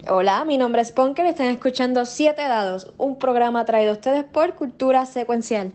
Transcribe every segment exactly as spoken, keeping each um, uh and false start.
Hola, mi nombre es Punker y están escuchando Siete Dados, un programa traído a ustedes por Cultura Secuencial.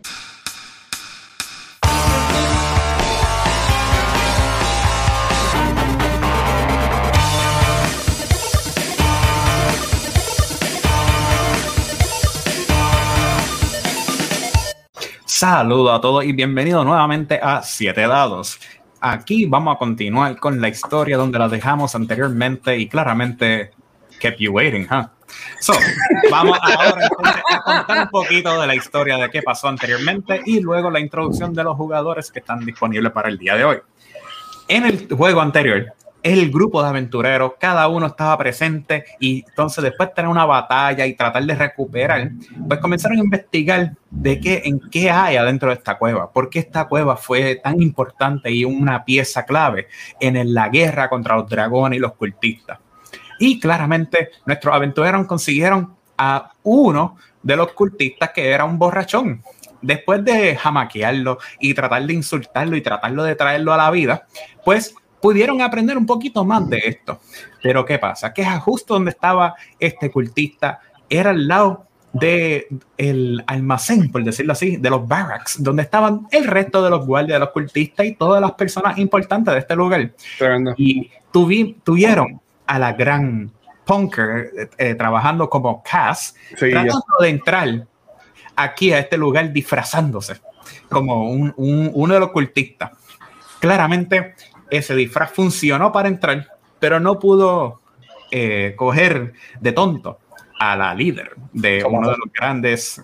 Saludos a todos y bienvenidos nuevamente a Siete Dados. Aquí vamos a continuar con la historia donde la dejamos anteriormente y claramente kept you waiting, huh? So, vamos ahora entonces a contar un poquito de la historia de qué pasó anteriormente y luego la introducción de los jugadores que están disponibles para el día de hoy. En el juego anterior, el grupo de aventureros, cada uno estaba presente y entonces después de tener una batalla y tratar de recuperar, pues comenzaron a investigar de qué, en qué hay adentro de esta cueva, por qué esta cueva fue tan importante y una pieza clave en la guerra contra los dragones y los cultistas. Y claramente nuestros aventureros consiguieron a uno de los cultistas que era un borrachón. Después de jamaquearlo y tratar de insultarlo y tratarlo de traerlo a la vida, pues pudieron aprender un poquito más de esto. Pero ¿qué pasa? Que justo donde estaba este cultista era al lado del almacén, por decirlo así, de los barracks, donde estaban el resto de los guardias, de los cultistas y todas las personas importantes de este lugar. Tremendo. Y tuvi, tuvieron a la gran Punker eh, trabajando como Cass, sí, tratando ya. de entrar aquí a este lugar disfrazándose como un, un, uno de los cultistas. Claramente ese disfraz funcionó para entrar, pero no pudo eh, coger de tonto a la líder de uno de los grandes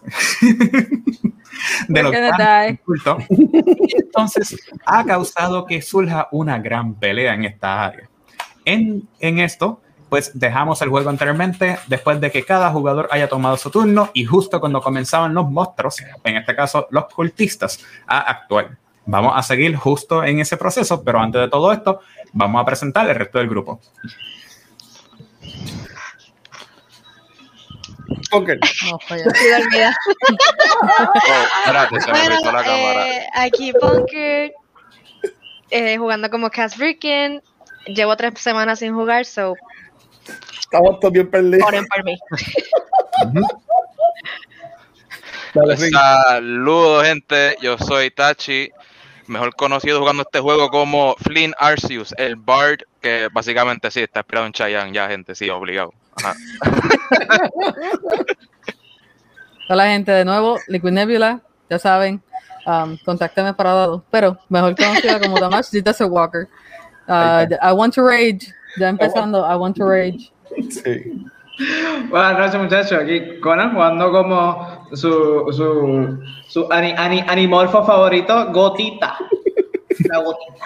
de los grandes cultos. Entonces ha causado que surja una gran pelea en esta área. En, en esto pues dejamos el juego anteriormente después de que cada jugador haya tomado su turno y justo cuando comenzaban los monstruos, en este caso los cultistas, a actuar. Vamos a seguir justo en ese proceso, pero antes de todo esto, vamos a presentar el resto del grupo. Okay. No, fue ya. Oh, espérate, se me bueno, pisó la cámara. Eh, aquí Punker, eh, jugando como Cass Freaking. Llevo tres semanas sin jugar, so... Estamos todos bien perdidos. Oren por mí. Saludos, gente. Yo soy Tachi, mejor conocido jugando este juego como Flynn Arceus, el Bard, que básicamente sí, está inspirado en Chayanne, ya, gente, sí, obligado. Ajá. Hola, gente, de nuevo, Liquid Nebula, ya saben, um, contáctenme para dados, pero mejor conocida como Damash Zeta Walker. Uh, I want to rage, ya empezando, I want to rage. Sí. Buenas noches, muchachos. Aquí Conan jugando como su, su, su ani, ani, animorfo favorito, Gotita. La Gotita.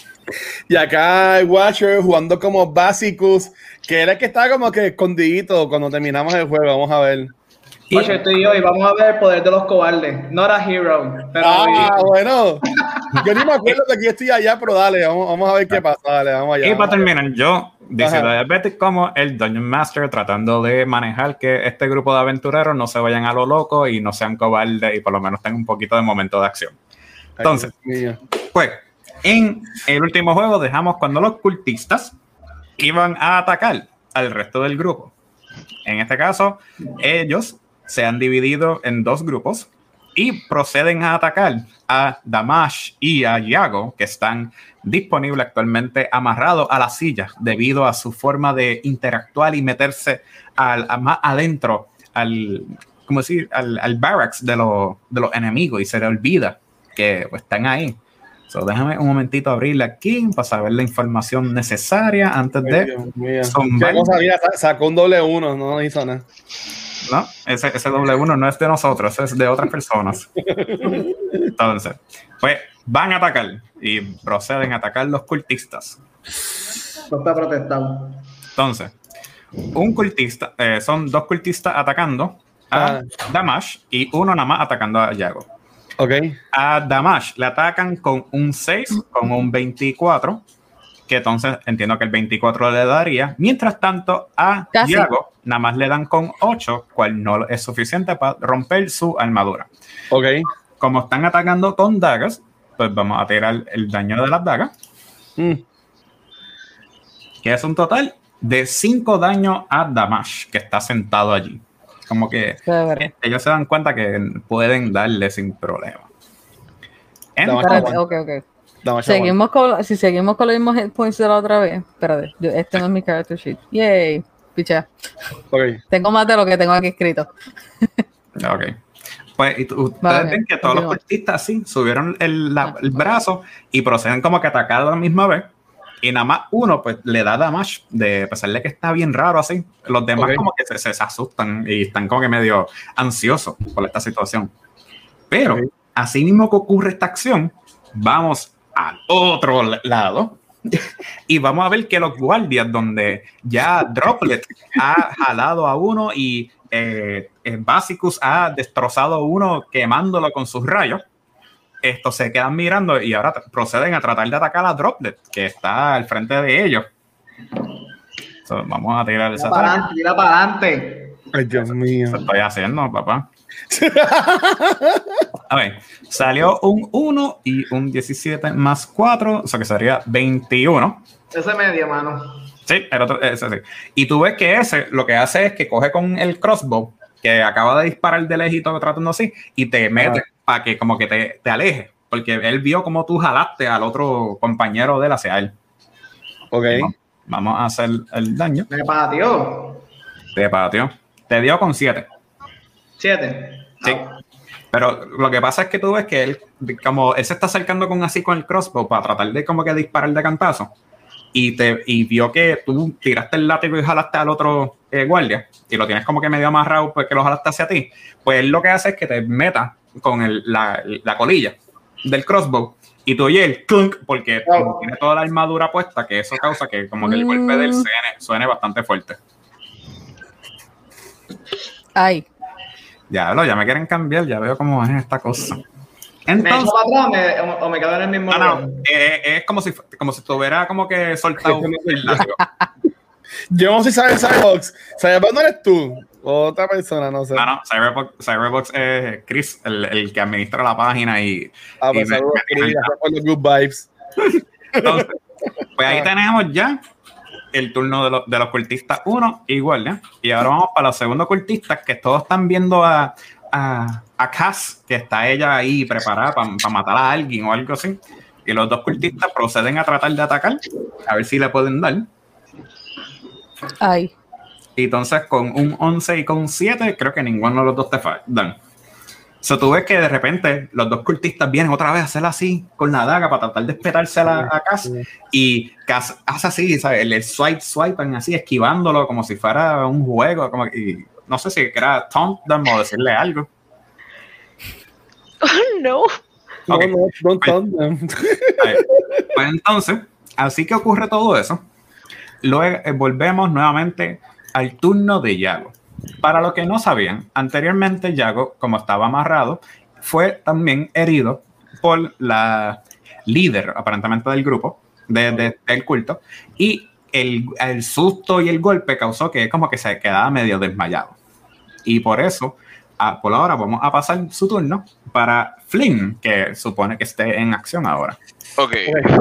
Y acá el Watcher jugando como Basicus, que era el que estaba como que escondidito cuando terminamos el juego. Vamos a ver. Watcher, estoy yo y vamos a ver el poder de los cobardes. Not a hero. Pero ah, hoy... bueno. Yo ni me acuerdo de que yo estoy allá, pero dale, vamos, vamos a ver qué pasa. Dale, vamos allá. Y para terminar, yo dice Diabetic como el Dungeon Master tratando de manejar que este grupo de aventureros no se vayan a lo loco y no sean cobardes y por lo menos tengan un poquito de momento de acción. Entonces, Ay, pues, en el último juego dejamos cuando los cultistas iban a atacar al resto del grupo. En este caso, ellos se han dividido en dos grupos y proceden a atacar a Damash y a Yago, que están disponibles actualmente amarrados a la silla debido a su forma de interactuar y meterse al, a más adentro al, ¿cómo decir? al, al barracks de, lo, de los enemigos y se le olvida que pues, están ahí. So, déjame un momentito abrirle aquí para saber la información necesaria antes de zumbar. Sacó un doble uno, no hizo nada. No, ese, ese doble uno no es de nosotros, es de otras personas. Entonces, pues van a atacar y proceden a atacar los cultistas. No está protestado. Entonces, un cultista, eh, son dos cultistas atacando a ah. Damash y uno nada más atacando a Yago. Okay. A Damash le atacan con un seis, con un veinticuatro, que entonces entiendo que el veinticuatro le daría. Mientras tanto, a Casi. Yago nada más le dan con ocho, cual no es suficiente para romper su armadura. Ok. Como están atacando con dagas, pues vamos a tirar el daño de las dagas. Mm. Que es un total de cinco daños a Damage, que está sentado allí. Como que Chévere. ellos se dan cuenta que pueden darle sin problema. Damage Espérate, aguanta. ok, ok. Damage Seguimos con, si seguimos con los mismos hit points de la otra vez. Espérate, yo- este no es mi character sheet. Yay, picha. aguanta. Ok. Tengo más de lo que tengo aquí escrito. Ok. Pues y tú- ustedes Vale, ven que todos los continúa. cultistas así subieron el, la- el brazo y proceden como que a atacar a la misma vez. Y nada más uno pues le da damage, de a pesar de que está bien raro así. Los demás Ok. como que se, se- se asustan y están como que medio ansiosos por esta situación. Pero Ok. así mismo que ocurre esta acción, vamos al otro lado y vamos a ver que los guardias, donde ya Droplet ha jalado a uno y eh, eh, Basicus ha destrozado a uno quemándolo con sus rayos, estos se quedan mirando y ahora t- proceden a tratar de atacar a Droplet, que está al frente de ellos. So, vamos a tirar esa Tira para ataque. adelante, tira para adelante. Ay, Dios mío. Eso estoy haciendo, papá. A ver, salió un uno y un diecisiete más cuatro, o sea que sería veintiuno. Ese medio, mano. Sí, el otro, ese sí. Y tú ves que ese lo que hace es que coge con el crossbow, que acaba de disparar de lejito tratando así, y te mete para que como que te, te aleje, porque él vio como tú jalaste al otro compañero de él hacia él. Ok. Vamos, vamos a hacer el daño. Me pateó. Te pateó. Te dio con siete. Siete. Sí. Pero lo que pasa es que tú ves que él, como él se está acercando con así con el crossbow para tratar de como que disparar de cantazo, y te y vio que tú tiraste el látigo y jalaste al otro eh, guardia, y lo tienes como que medio amarrado porque lo jalaste hacia ti, pues él lo que hace es que te meta con el, la, la colilla del crossbow, y tú oyes el clunk, porque como tiene toda la armadura puesta, que eso causa que como que el golpe del suene, suene bastante fuerte. Ay, Ya, lo, ya me quieren cambiar, ya veo cómo es esta cosa. ¿Me Entonces, echo para atrás o me, o, o me quedo en el mismo no, no, lugar? eh, es como si, como si estuviera como que soltado el látigo. Yo no sé si sabes Cyberbox. Cyberbox no eres tú. Otra persona, no sé. No, no, Cyberbox, Cyberbox es Chris, el, el que administra la página y, Ah, y pues me- saludos, me- Chris, gracias por los good vibes. entonces, pues ahí tenemos ya el turno de, los de los cultistas uno igual, ¿ya? Y ahora vamos para los segundos cultistas, que todos están viendo a, a, a Cass, que está ella ahí preparada para matar a alguien o algo así. Y los dos cultistas proceden a tratar de atacar, a ver si le pueden dar. ay. Y entonces con un once y con un siete, creo que ninguno de los dos te fa- dan. So, tú ves que de repente los dos cultistas vienen otra vez a hacer así con la daga para tratar de espetarse a, la, a Cass. Y Cass hace así, ¿sabes? El, el swipe, swipen así, esquivándolo como si fuera un juego. Como, y no sé si era taunt them o decirle algo. Oh, no. No, Ok. no, don't taunt them. A ver, pues entonces, así que ocurre todo eso. Luego eh, volvemos nuevamente al turno de Yago. Para los que no sabían, anteriormente Yago, como estaba amarrado, fue también herido por la líder, aparentemente, del grupo, de, de- del culto, y el, el susto y el golpe causó que como que se quedaba medio desmayado. Y por eso, a- por ahora, vamos a pasar su turno para Flynn, que supone que esté en acción ahora. Ok,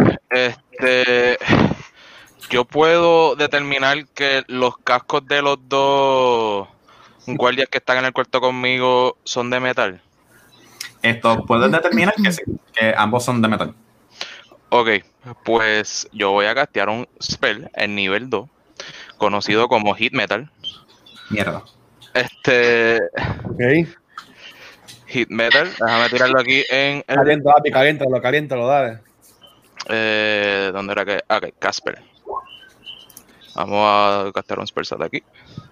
este, yo puedo determinar que los cascos de los dos guardias que están en el cuarto conmigo son de metal. Esto puedes determinar que sí, que ambos son de metal. Ok, pues yo voy a castear un spell en nivel dos, conocido como Hit Metal. Mierda. Este, Ok. Hit Metal, déjame tirarlo aquí en el, Calienta, papi, caliéntalo, caliéntalo, dale. eh, ¿dónde era que? Ah, ok, Casper. Vamos a castear un spell slot aquí.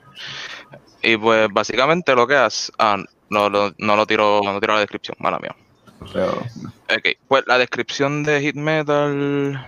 Y pues básicamente lo que hace, ah, no, lo- no lo tiro, no tiro la descripción, mala mía. Pero, Ok, pues la descripción de Hit Metal,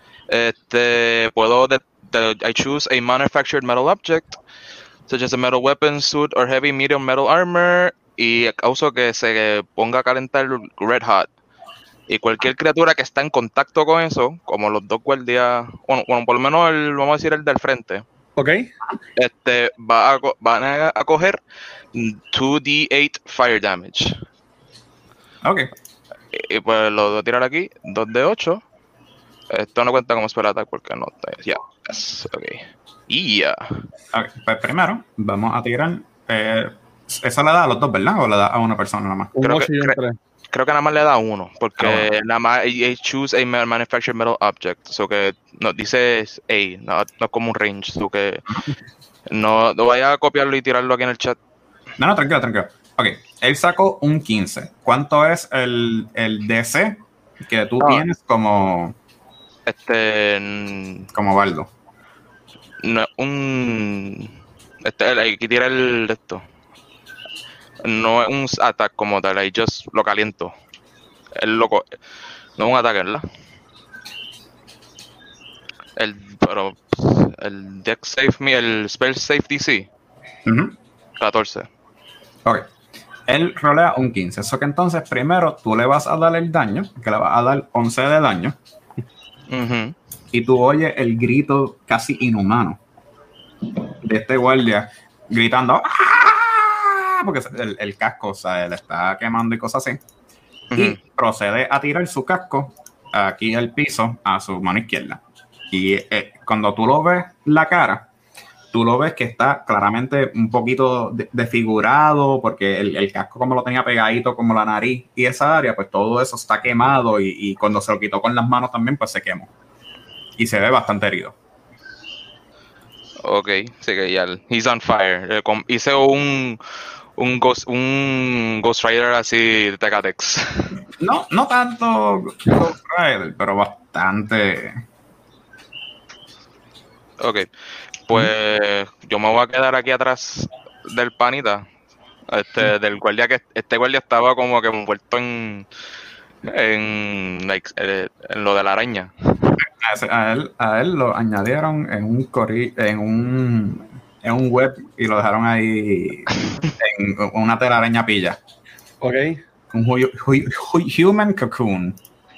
este, puedo, de, de- I choose a manufactured metal object, such as a metal weapon, suit, or heavy medium metal armor, y causo que se ponga a calentar red hot. Y cualquier criatura que está en contacto con eso, como los dos guardias, bueno, bueno, por lo menos el, vamos a decir el del frente, Ok. este, va a, co- van a, a coger two d eight fire damage. ok. Y, y pues lo voy a tirar aquí, dos de ocho. Esto no cuenta como spell attack porque no está. Ya, yes, ok. Yeah. Ok, pues primero vamos a tirar. Eh, eso le da a los dos, ¿verdad? O le da a una persona nada más. Un Creo que- ocho y un cre- tres. Creo que nada más le da uno, porque Ah, bueno. nada más y- y choose a ma- manufactured metal object. So que no dice A, no, no es como un range. So que no, no vaya a copiarlo y tirarlo aquí en el chat. No, no, tranquilo, tranquilo. Ok, él sacó un quince. ¿Cuánto es el, el D C que tú Ah. tienes como, Este. n- como Baldo? No, un. Este, el- hay que tirar el de esto. No es un attack como tal, ahí just lo caliento. El loco. No es un ataque, ¿verdad? El. Pero. El deck save me, el spell save D C. Ujú. catorce. Ok. Él rolea un quince. Eso que entonces primero tú le vas a dar el daño, que le vas a dar once de daño, Ujú. y tú oyes el grito casi inhumano de este guardia gritando ¡ah! Porque el, el casco, o sea, le está quemando y cosas así. Y Ujú. procede a tirar su casco aquí al piso a su mano izquierda. Y eh, cuando tú lo ves la cara, tú lo ves que está claramente un poquito de- desfigurado porque el, el casco como lo tenía pegadito como la nariz y esa área, pues todo eso está quemado y, y cuando se lo quitó con las manos también, pues se quemó. Y se ve bastante herido. Ok, sí que ya. el- He's on fire. Eh, com- hice un. Un Ghost, un Ghost Rider así de Tecatex. No, no tanto Ghost Rider, pero bastante. Ok, pues yo me voy a quedar aquí atrás del panita, este, del guardia que este guardia estaba como que envuelto en en, like, eh, en lo de la araña. A, ese- a él, a él lo añadieron en un corri- en un en un web y lo dejaron ahí en una telaraña pilla. Ok. Un hu- hu- hu- human cocoon.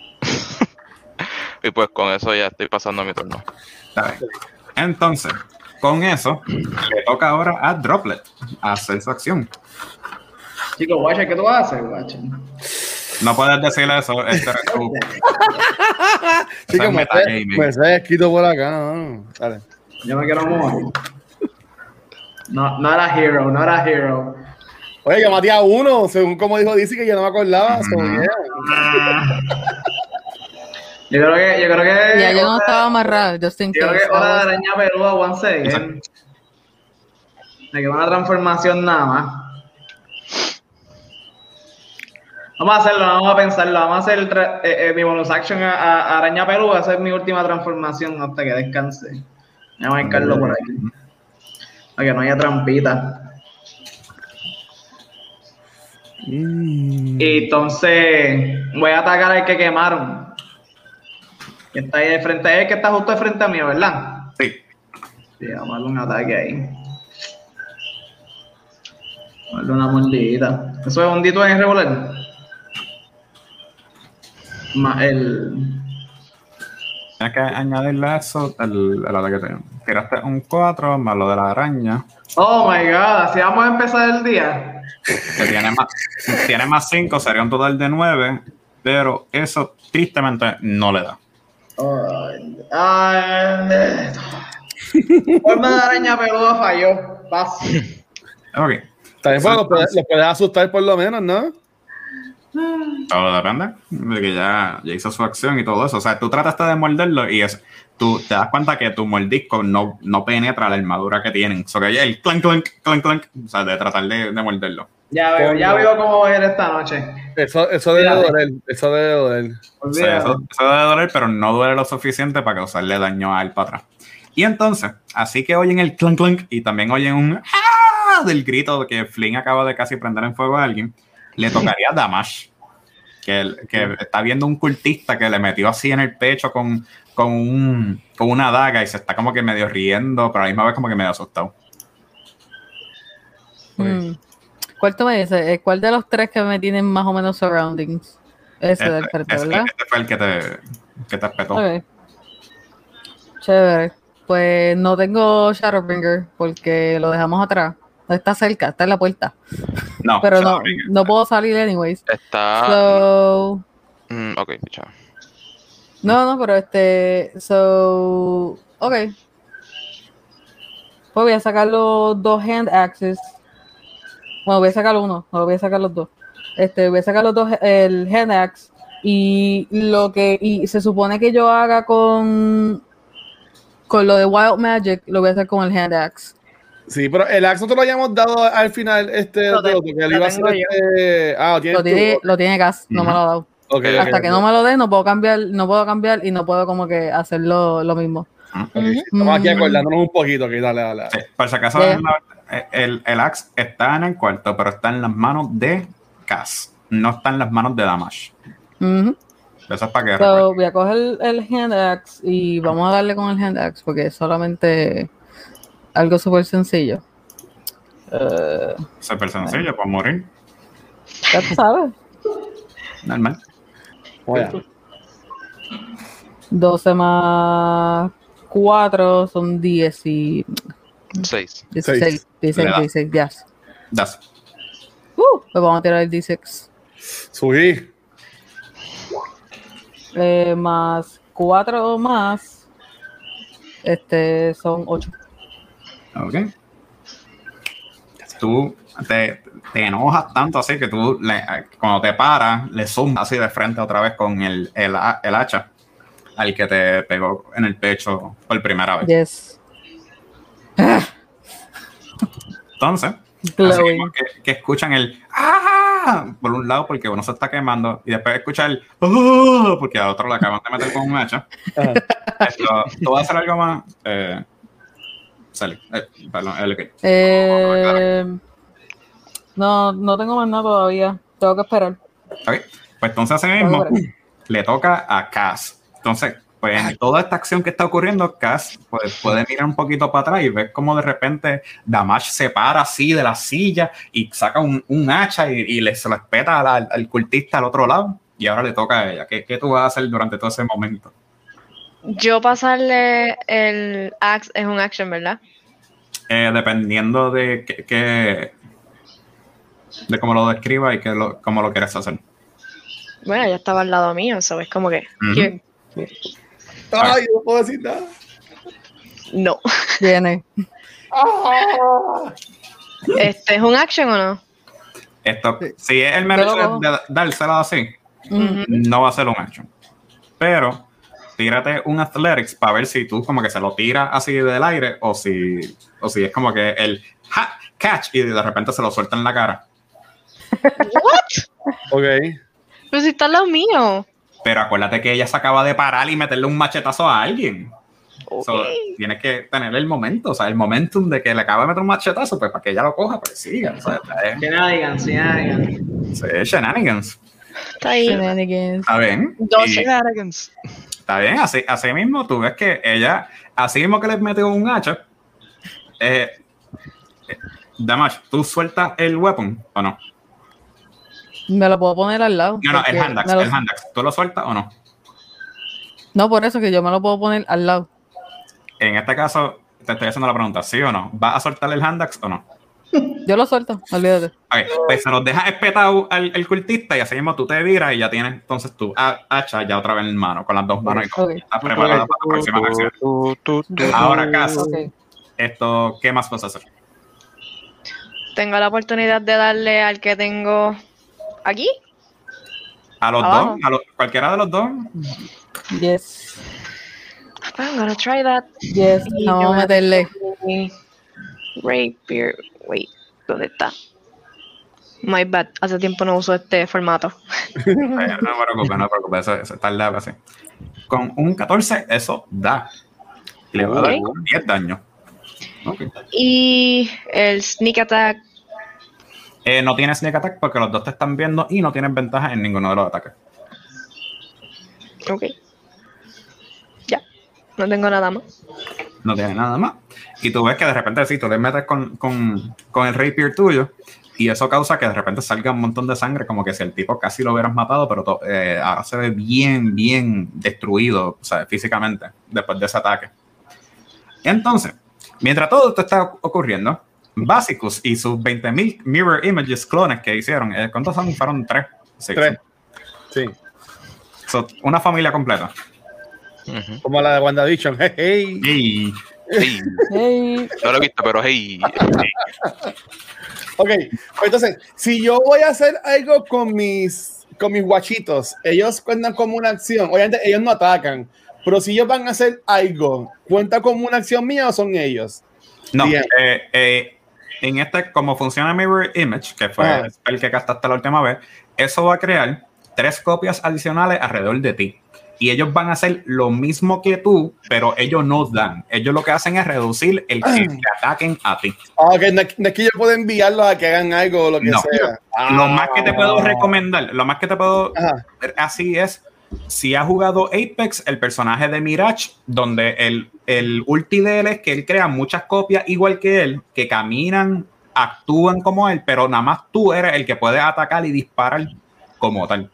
Y pues con eso ya estoy pasando mi turno. Está bien. Entonces, con eso, le toca ahora a Droplet hacer su acción. Chicos, guacha, ¿qué tú vas a hacer, guacha? No puedes decirle eso, este eres tú. Chicos, es me metagaming. me estoy escrito por acá, no, no. Dale. Yo me quiero morir. No, no era hero, no era hero. Oye, yo maté a uno, según como dijo Dizzy, que yo no me acordaba. so, Ujú. yeah. Yo creo que, yo creo que. Ya yo no estaba amarrado, just in Yo creo case. que hora de araña peluda once again. Me queda una transformación nada más. Vamos a hacerlo, vamos a pensarlo. Vamos a hacer el tra- eh, eh, mi bonus action a, a- a araña peluda. Esa es mi última transformación hasta que descanse. Voy a marcarlo por aquí. Para que no haya trampita. Mm. Y entonces voy a atacar al que quemaron. Que está ahí de frente a él, que está justo de frente a mí, ¿verdad? Sí. Sí, vamos a darle un ataque ahí. Vamos a darle una mordidita. Eso es un dito en regular. Más el. Tienes que añadirle a eso el, el ataque que te tiraste un cuatro más lo de la araña, Oh my god, así vamos a empezar el día. que tiene más, tiene más cinco, sería un total de nueve, pero eso tristemente no le da. Ay, ay, forma de araña peluda falló. Paz. Ok. También pues, los puedes, los puedes asustar por lo menos, ¿no? Todo depende de que ya, ya hizo su acción y todo eso. O sea, tú trataste de morderlo y es, tú te das cuenta que tu mordisco no, no penetra la armadura que tienen. O sea, que el clank, clank, clank, clank, o sea, de tratar de, de morderlo. Ya veo, ya veo cómo voy a ir esta noche. Eso, eso debe Fíjate. doler. Eso debe doler. O sea, Olvídate. eso, eso debe doler, pero no duele lo suficiente para causarle daño a él para atrás. Y entonces, así que oyen el clank, clank y también oyen un ¡ah! Del grito de que Flynn acaba de casi prender en fuego a alguien, le tocaría a Damash, que, el- que está viendo un cultista que le metió así en el pecho con, con, un, con una daga y se está como que medio riendo, pero a la misma vez como que medio asustado. Mm. ¿Cuál tú me dices? Eh, ¿Cuál de los tres que me tienen más o menos surroundings? Ese del Este, frente, ese- ¿verdad? este fue el que te, que te espetó. Ok. Chévere. Pues no tengo Shadowbringer porque lo dejamos atrás. Está cerca, está en la puerta. No, Pero no, Shadowbringer. no puedo salir anyways. Está. So, Mm, ok, picha. no, no, pero este, so, ok. Pues voy a sacar los dos hand axes. Bueno, voy a sacar uno, no voy a sacar los dos. Este, voy a sacar los dos, el hand axe. Y lo que y se supone que yo haga con con lo de Wild Magic, lo voy a hacer con el hand axe. Sí, pero el axe nosotros lo hayamos dado al final, este, Lo de tengo- lo que él lo iba a hacer, tengo yo. este, ah, lo tienes Lo tiene, tú. lo tiene Gas, no me lo ha dado. Ok, Hasta ok, que ok. no me lo dé, no puedo cambiar, no puedo cambiar y no puedo como que hacer lo, lo mismo. Ok, estamos aquí Mm. acordándonos un poquito, ok, dale, dale. Sí, dale. por si acaso, Yeah. la- el, el axe está en el cuarto, pero está en las manos de Cass. No está en las manos de Damage. Ujú. Eso es para que So, voy a coger el, el hand axe y vamos a darle con el hand axe porque es solamente algo súper sencillo. Eh, súper sencillo, por morir. ya tú sabes. Normal. Oye, doce más cuatro son diez y Seis. dieciséis. dieciséis, Le da. dieciséis, ya. Das. Uh, pues vamos a tirar el D seis. subí. Eh, más cuatro más. Este son ocho. Ok. Tú te, te enojas tanto así que tú, le- cuando te paras, le zumbas así de frente otra vez con el, el, ha- el hacha al que te pegó en el pecho por primera vez. Yes. Entonces, así Glowing. mismo que, que escuchan el ¡ah! Por un lado porque uno se está quemando y después escucha el ¡ah! Porque al otro le acaban de meter con un hacha. Ajá. Esto, ¿tú vas a hacer algo más? Eh, Sally, eh, perdón, el que- Eh, no, no tengo más nada todavía. Tengo que esperar. Ok, pues entonces así mismo le toca a Cass. Entonces, pues en toda esta acción que está ocurriendo, Cass pues, puede mirar un poquito para atrás y ver cómo de repente Damage se para así de la silla y saca un, un hacha y, y le, se lo espeta al, al- al cultista al otro lado y ahora le toca a ella. ¿Qué, qué tú vas a hacer durante todo ese momento? Yo pasarle el axe es un action, ¿verdad? Eh, dependiendo de qué, qué- de cómo lo describa y qué lo, cómo lo quieres hacer. Bueno, ya estaba al lado mío, eso es como que. Ujú. que- Ay, no puedo decir nada. no. Viene. ¿Este es un action o no? Esto, Sí. si es el mero Yo lo hecho cojo. de, de dársela así, Ujú. no va a ser un action. Pero tírate un athletics para ver si tú como que se lo tiras así del aire o si, o si es como que el ha, catch y de repente se lo suelta en la cara. Ok. Pero si está al lado mío. Pero acuérdate que ella se acaba de parar y meterle un machetazo a alguien. Ok. So, tienes que tener el momento, o sea, el momentum de que le acaba de meter un machetazo, pues para que ella lo coja, pues siga. O sea, es, Shenanigans, shenanigans. es shenanigans. Está ahí. Shenanigans. ¿Está bien? Doce. Y- Shenanigans. Está bien, así, así mismo tú ves que ella, así mismo que le metió un hacha, eh, eh, Damage, ¿tú sueltas el weapon o no? Me lo puedo poner al lado. No, no, el porque hand axe, me lo- el hand axe, ¿tú lo sueltas o no? No, por eso que yo me lo puedo poner al lado. En este caso, te estoy haciendo la pregunta, ¿sí o no? ¿Vas a soltar el hand axe o no? Yo lo suelto, olvídate. Ok, pues se los deja espetado al, al cultista y así mismo tú te viras y ya tienes entonces tu ha- hacha ya otra vez en mano, con las dos manos y todo. Ok. Estás preparada para la próxima acción. Tu, tu, tu, tu. Ahora, Cass, Ok. esto, ¿qué más vas a hacer? Tengo la oportunidad de darle al que tengo aquí. ¿A los Abajo. dos? ¿A los- cualquiera de los dos? Yes. I'm gonna try that. Yes. Y Vamos yo a meterle. mi Rapier. Wait, ¿dónde está? My bad. Hace tiempo no uso este formato. Eh, no me preocupes, no me preocupes, eso, eso está al lado así. Con un catorce, eso da. Y le va a dar Ok. con diez daños. Ok. Y el sneak attack. Eh, no tienes sneak attack porque los dos te están viendo y no tienes ventaja en ninguno de los ataques. Ok. Ya. No tengo nada más. No tiene nada más. Y tú ves que de repente sí, tú le metes con, con, con el rapier tuyo y eso causa que de repente salga un montón de sangre, como que si el tipo casi lo hubieras matado, pero to- eh, ahora se ve bien, bien destruido, o sea, físicamente, después de ese ataque. Entonces, mientras todo esto está ocurriendo, Basicus y sus veinte mil Mirror Images clones que hicieron, eh, ¿cuántos son? Fueron tres. Sí, Tres. Sí. So, una familia completa. Ujú. Como la de WandaVision. Hey, hey. Y Hey. Hey. No lo he visto, pero hey. Ok, pues entonces, si yo voy a hacer algo con mis, con mis guachitos, ellos cuentan como una acción. Obviamente, ellos no atacan, pero si ellos van a hacer algo, ¿cuenta como una acción mía o son ellos? No, Bien. eh, eh, en este, como funciona Mirror Image, que fue Ajá. el que gastaste la última vez, eso va a crear tres copias adicionales alrededor de ti. Y ellos van a hacer lo mismo que tú, pero ellos no dan. Ellos lo que hacen es reducir el que te ataquen a ti. Ah, ok, no, es- no es que yo puedo enviarlos a que hagan algo o lo que No. sea. Lo más que te puedo Ah. recomendar, lo más que te puedo Ajá. así es, si has jugado Apex, el personaje de Mirage, donde el, el ulti de él es que él crea muchas copias igual que él, que caminan, actúan como él, pero nada más tú eres el que puede atacar y disparar como tal.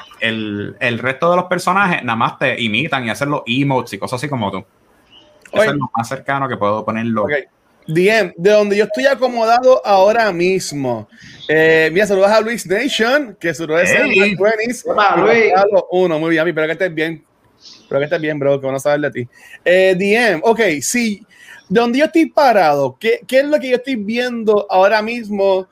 El, el resto de los personajes nada más te imitan y hacen los emotes y cosas así como tú. Eso Oye. es lo más cercano que puedo ponerlo. Ok. D M, de donde yo estoy acomodado ahora mismo. Eh, mira, saludos a Luis Nation, que su es el Hey. veinte. Hola, Luis. Uno, muy bien, espero que estés bien. Espero que estés bien, bro, que van a saber de ti. Eh, D M, ok, sí, de donde yo estoy parado, ¿qué, qué es lo que yo estoy viendo ahora mismo?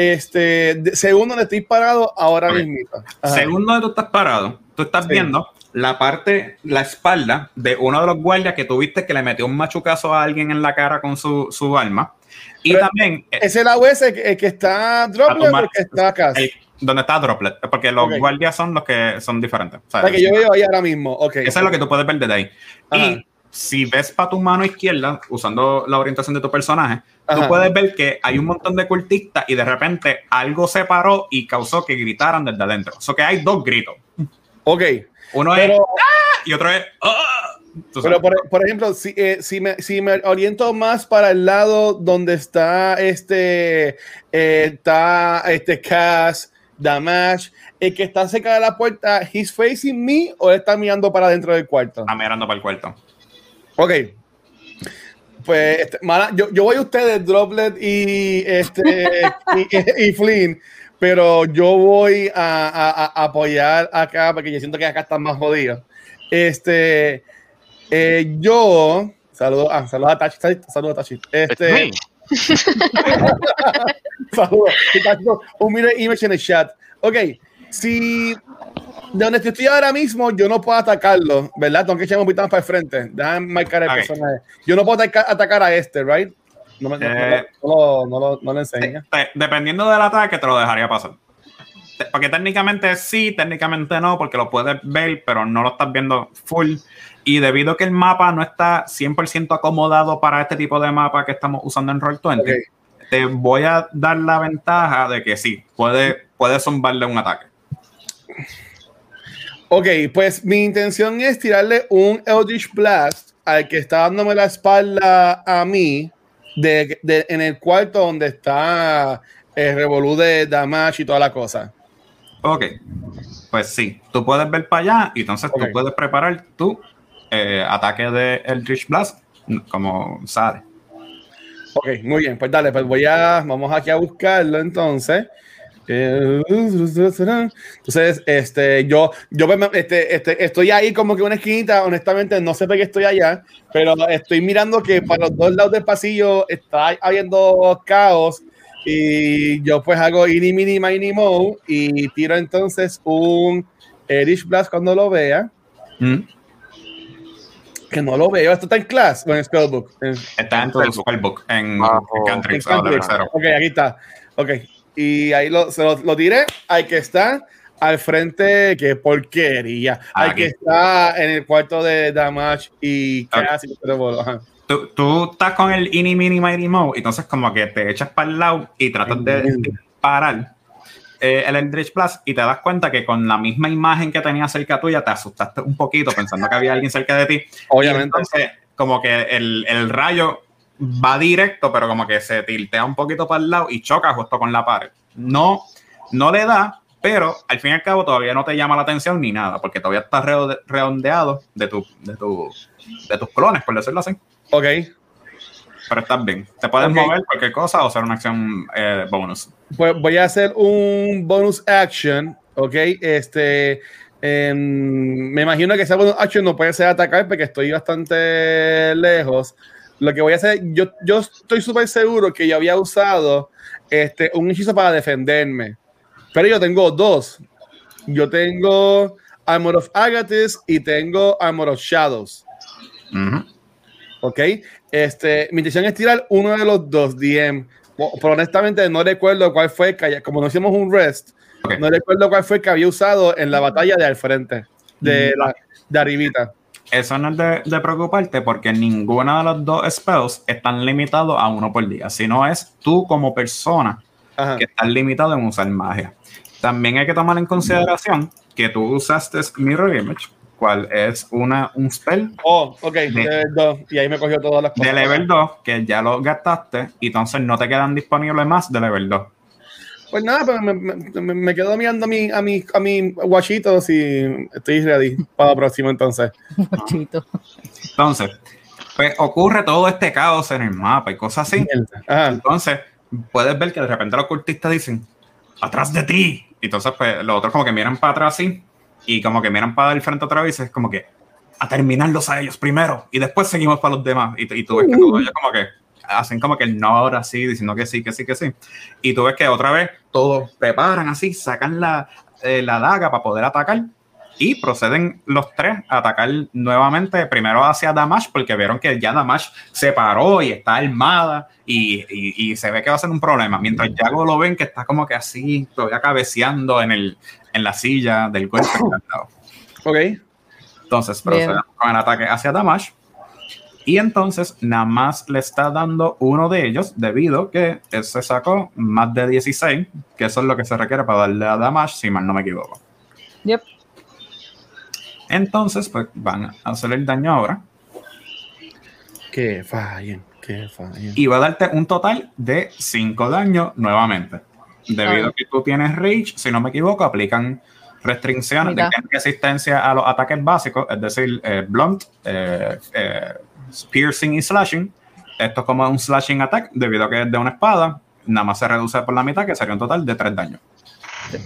Este, de- según donde estoy parado ahora Ok. mismo. Según donde tú estás parado, tú estás Sí. viendo la parte, la espalda de uno de los guardias que tuviste que le metió un machucazo a alguien en la cara con su, su arma. Y Pero también eh, ¿Es el A U S que, el que está Droplet tomar- o el que está acá? el- donde está Droplet, porque los Ok. guardias son los que son diferentes. O sea, La que yo veo ahí ahora mismo. Ok. eso es lo que tú puedes ver desde ahí. Ajá. Y si ves para tu mano izquierda, usando la orientación de tu personaje, Ajá. tú puedes ver que hay un montón de cultistas y de repente algo se paró y causó que gritaran desde adentro. O sea que hay dos gritos. Ok. Uno Pero, es ¡ah! Y otro es ¡ah! Tú pero sabes. por, por ejemplo, si, eh, si, me, si me oriento más para el lado donde está este, eh, está este Cass, Damash, el que está cerca de la puerta, ¿he's facing me o él está mirando para dentro del cuarto? Está mirando para el cuarto. Ok. Pues, este, mala- yo, yo voy a ustedes, Droplet y, este, y, y Flynn, pero yo voy a, a- a apoyar acá porque yo siento que acá están más jodidos. Este, eh, yo, saludos ah, saludo a Tachi, saludos a Tachi. Este, saludos. Un mirror image en el chat. Ok, si de donde estoy ahora mismo, yo no puedo atacarlo, ¿verdad? Tengo que echarme un poquito más para el frente. Déjame marcar el Ok. personaje. Yo no puedo atacar, atacar a este, ¿right? No, me, no, Eh, no, lo- no, lo- no lo enseña. Te- dependiendo del ataque, te lo dejaría pasar. Te- Porque técnicamente sí, técnicamente no, porque lo puedes ver, pero no lo estás viendo full. Y debido a que el mapa no está cien por ciento acomodado para este tipo de mapa que estamos usando en Roll veinte, Ok. te voy a dar la ventaja de que sí, puede, puede zumbarle un ataque. Ok, pues mi intención es tirarle un Eldritch Blast al que está dándome la espalda a mí de, de- en el cuarto donde está el revolú de Damage y toda la cosa. Ok, pues sí, tú puedes ver para allá y entonces Ok. tú puedes preparar tu eh, ataque de Eldritch Blast como sale. Ok, muy bien, pues dale, pues voy a, vamos aquí a buscarlo entonces. Eh, Entonces, este, yo, yo me- este, este, estoy ahí como que en una esquinita, honestamente no sé por qué estoy allá, pero estoy mirando que para los dos lados del pasillo está habiendo caos y yo pues hago ini, mini, mini, mo y tiro entonces un Erish Blast cuando lo vea, Mm. que no lo veo, esto está en class o en Spellbook. En- Está en tu spellbook, en, Bajo- en Cantrips, En ah, de Cantrips. tercero. Ok, aquí está. Ok. Y ahí lo, se lo, lo tiré al que está al frente, que porquería. Al Aquí. que está en el cuarto de Damage y Ok. casi lo bolo. Ajá. Tú, tú estás con el ini, mini, mighty, mo, y entonces como que te echas para el lado y tratas de Mm. disparar eh, el Eldritch Blast y te das cuenta que con la misma imagen que tenía cerca tuya te asustaste un poquito pensando que había alguien cerca de ti. Obviamente. Y entonces como que el, el rayo va directo, pero como que se tiltea un poquito para el lado y choca justo con la pared. No, no le da, pero al fin y al cabo todavía no te llama la atención ni nada, porque todavía estás reo- redondeado de, tu, de, tu, de tus clones, por decirlo así. Ok. Pero estás bien. Te puedes Ok. mover cualquier cosa o hacer una acción eh, bonus. Pues voy a hacer un bonus action. Ok. Este. em, me imagino que esa bonus action no puede ser atacar porque estoy bastante lejos. lo que voy a hacer, yo, yo estoy súper seguro que yo había usado este, un hechizo para defenderme. Pero yo tengo dos. Yo tengo Armor of Agathis y tengo Armor of Shadows. Uh-huh. Ok. Este, mi intención es tirar uno de los dos D M. Pero honestamente no recuerdo cuál fue, que, como no hicimos un rest, okay. no recuerdo cuál fue que había usado en la batalla de al frente, de, la, de arribita. Eso no es de, de preocuparte porque ninguno de los dos spells están limitados a uno por día, sino es tú como persona Ajá. que estás limitado en usar magia. También hay que tomar en consideración que tú usaste Mirror Image, cual es una, un spell. Oh, ok, de, de level dos. Y ahí me cogió todas las cosas. De level dos, que ya lo gastaste, y entonces no te quedan disponibles más de level dos. Pues nada, pues me, me, me quedo mirando a mi, a mi, a mi guachitos y estoy ready para el próximo entonces. Guachito. Entonces, pues ocurre todo este caos en el mapa y cosas así. Ajá. Entonces, puedes ver que de repente los cultistas dicen, ¡atrás de ti! Y entonces, pues, los otros como que miran para atrás así, y como que miran para el frente otra vez, es como que a terminarlos a ellos primero, y después seguimos para los demás. Y, y tú ves que todos ellos como que hacen como que el no ahora sí, diciendo que sí, que sí, que sí. Y tú ves que otra vez todos preparan así, sacan la, eh, la daga para poder atacar, y proceden los tres a atacar nuevamente, primero hacia Damash, porque vieron que ya Damash se paró y está armada, y, y, y se ve que va a ser un problema, mientras Yago lo ven que está como que así, todavía cabeceando en, el, en la silla del golpe. Ok. Entonces proceden con el ataque hacia Damash, y entonces nada más le está dando uno de ellos, debido que él se sacó más de dieciséis, que eso es lo que se requiere para darle a Damash, si mal no me equivoco. Yep. Entonces, pues van a hacer el daño ahora. Que fallen, que fallen. Y va a darte un total de cinco daños nuevamente. Debido a que tú tienes Rage, si no me equivoco, aplican restricciones de resistencia a los ataques básicos, es decir, eh, Blunt, eh, eh, Piercing y Slashing. Esto es como un Slashing Attack, debido a que es de una espada, nada más se reduce por la mitad, que sería un total de tres daños. Sí.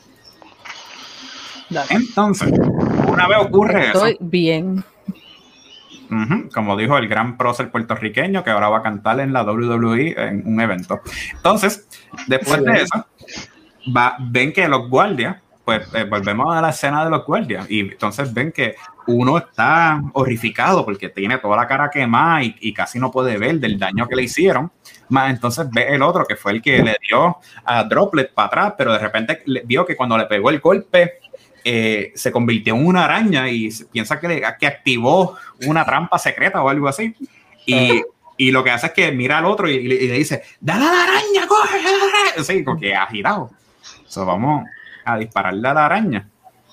Entonces, una vez ocurre Estoy eso. bien. Uh-huh, como dijo el gran prócer puertorriqueño que ahora va a cantar en la doble u doble u E en un evento. Entonces, después de eso, va, ven que los guardias, pues eh, volvemos a la escena de los guardias, y entonces ven que uno está horrificado porque tiene toda la cara quemada y, y casi no puede ver del daño que le hicieron. Más entonces ve el otro que fue el que le dio a Droplet para atrás, pero de repente le, vio que cuando le pegó el golpe Eh, se convirtió en una araña y piensa que, le, que activó una trampa secreta o algo así. Y, y lo que hace es que mira al otro y, y, le, y le dice, ¡dale a la araña, coge! Sí, como que ha girado. So, vamos a dispararle a la araña.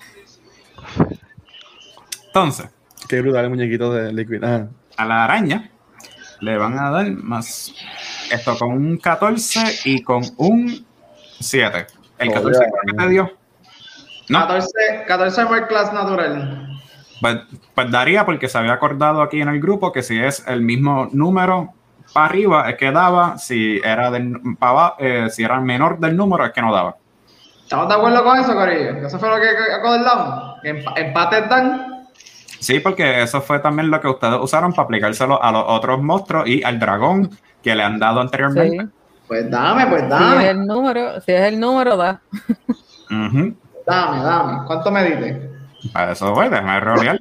Entonces, qué brutal el muñequito de Liquid. Ah. A la araña le van a dar más esto con un catorce y con un siete. El catorce oh, que te dio. ¿No? catorce, catorce Armor Class natural. Pues, pues daría, porque se había acordado aquí en el grupo que si es el mismo número para arriba es que daba, si era del para, eh, si era el menor del número es que no daba. ¿Estamos de acuerdo con eso, Corillo? ¿Eso fue lo que acordamos? ¿Empates dan? Sí, porque eso fue también lo que ustedes usaron para aplicárselo a los otros monstruos y al dragón que le han dado anteriormente. Sí. Pues dame, pues dame. Si es el número, si es el número, da. Uh-huh. Dame, dame. ¿Cuánto me diste? Para eso, güey, déjame rolear.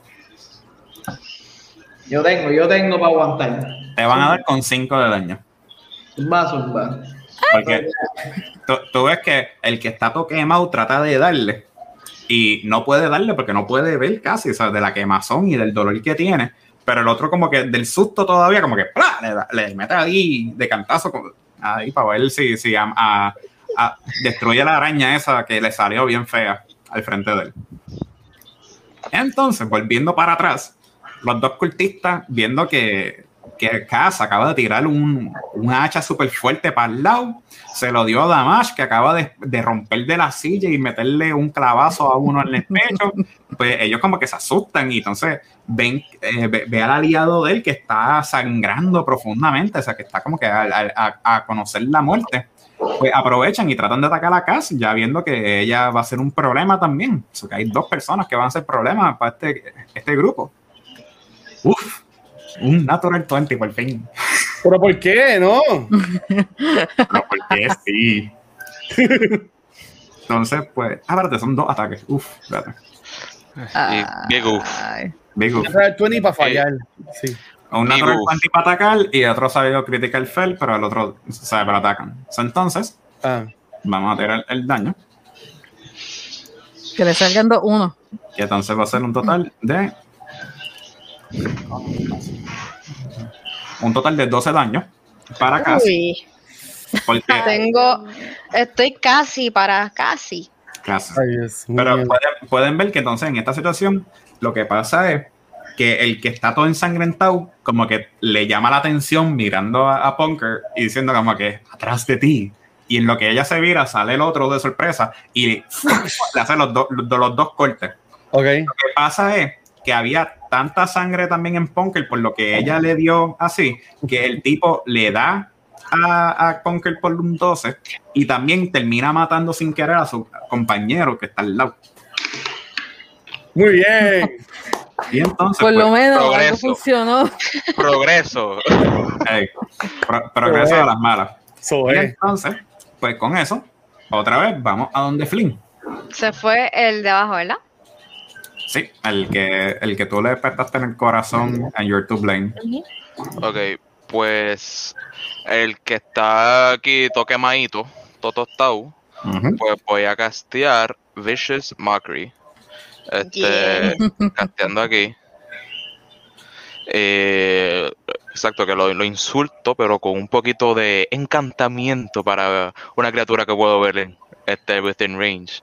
Yo tengo, yo tengo para aguantar. Te van a dar con cinco de daño. Zumba, zumba. Porque tú, tú ves que el que está todo quemado trata de darle y no puede darle porque no puede ver casi, o sea, de la quemazón y del dolor que tiene. Pero el otro como que del susto todavía como que ¡plá! Le, le mete ahí de cantazo ahí para ver si, si a, a Ah, destruye la araña esa que le salió bien fea al frente de él. Entonces, volviendo para atrás, los dos cultistas, viendo que, que Kaz acaba de tirar un, un hacha súper fuerte para el lado, se lo dio a Damash, que acaba de, de romper de la silla y meterle un clavazo a uno en el pecho. Pues ellos como que se asustan y entonces ven, eh, ve, ve al aliado de él que está sangrando profundamente, o sea, que está como que a, a, a conocer la muerte. Pues aprovechan y tratan de atacar a Kaz, ya viendo que ella va a ser un problema también. O sea, que hay dos personas que van a ser problemas para este, este grupo. Uf. Un natural veinte, por fin. ¿Pero por qué? No. Pero porque sí. Entonces, pues, ah, espérate, son dos ataques. Uf, espérate. Y Big Oof. Ay. Big Oof. Natural veinte para fallar. Sí. Un Big natural Oof. veinte para atacar y el otro salió critical fail, pero el otro sabe para atacan. So, entonces, Ah. vamos a tirar el daño. Que le salgan dos uno. Y entonces va a ser un total de. Un total de doce daños para casi. Uy, Porque. tengo, estoy casi para casi. Casi. Ay, Dios mío. Pero pueden, pueden ver que entonces en esta situación lo que pasa es que el que está todo ensangrentado como que le llama la atención mirando a, a Punker y diciendo como que atrás de ti. Y en lo que ella se vira sale el otro de sorpresa y le hace los, do- los, los dos cortes. Ok. Lo que pasa es que había tanta sangre también en Punker por lo que ella le dio así, que el tipo le da a, a Punker por un doce y también termina matando sin querer a su compañero que está al lado. Muy bien. Y entonces, Por lo pues, menos algo progreso. funcionó. Progreso. hey, pro- progreso de las malas. So, Y eh. entonces, pues con eso, otra vez vamos a donde Flynn. Se fue el de abajo, ¿verdad? Sí, el que, el que tú le despertaste en el corazón en Your to Blame. Ok, pues el que está aquí, todo quemadito, todo tostado, Ujú. pues voy a castear Vicious Mockery. Este, casteando aquí. Eh, exacto, que lo, lo insulto, pero con un poquito de encantamiento para una criatura que puedo ver en este within range.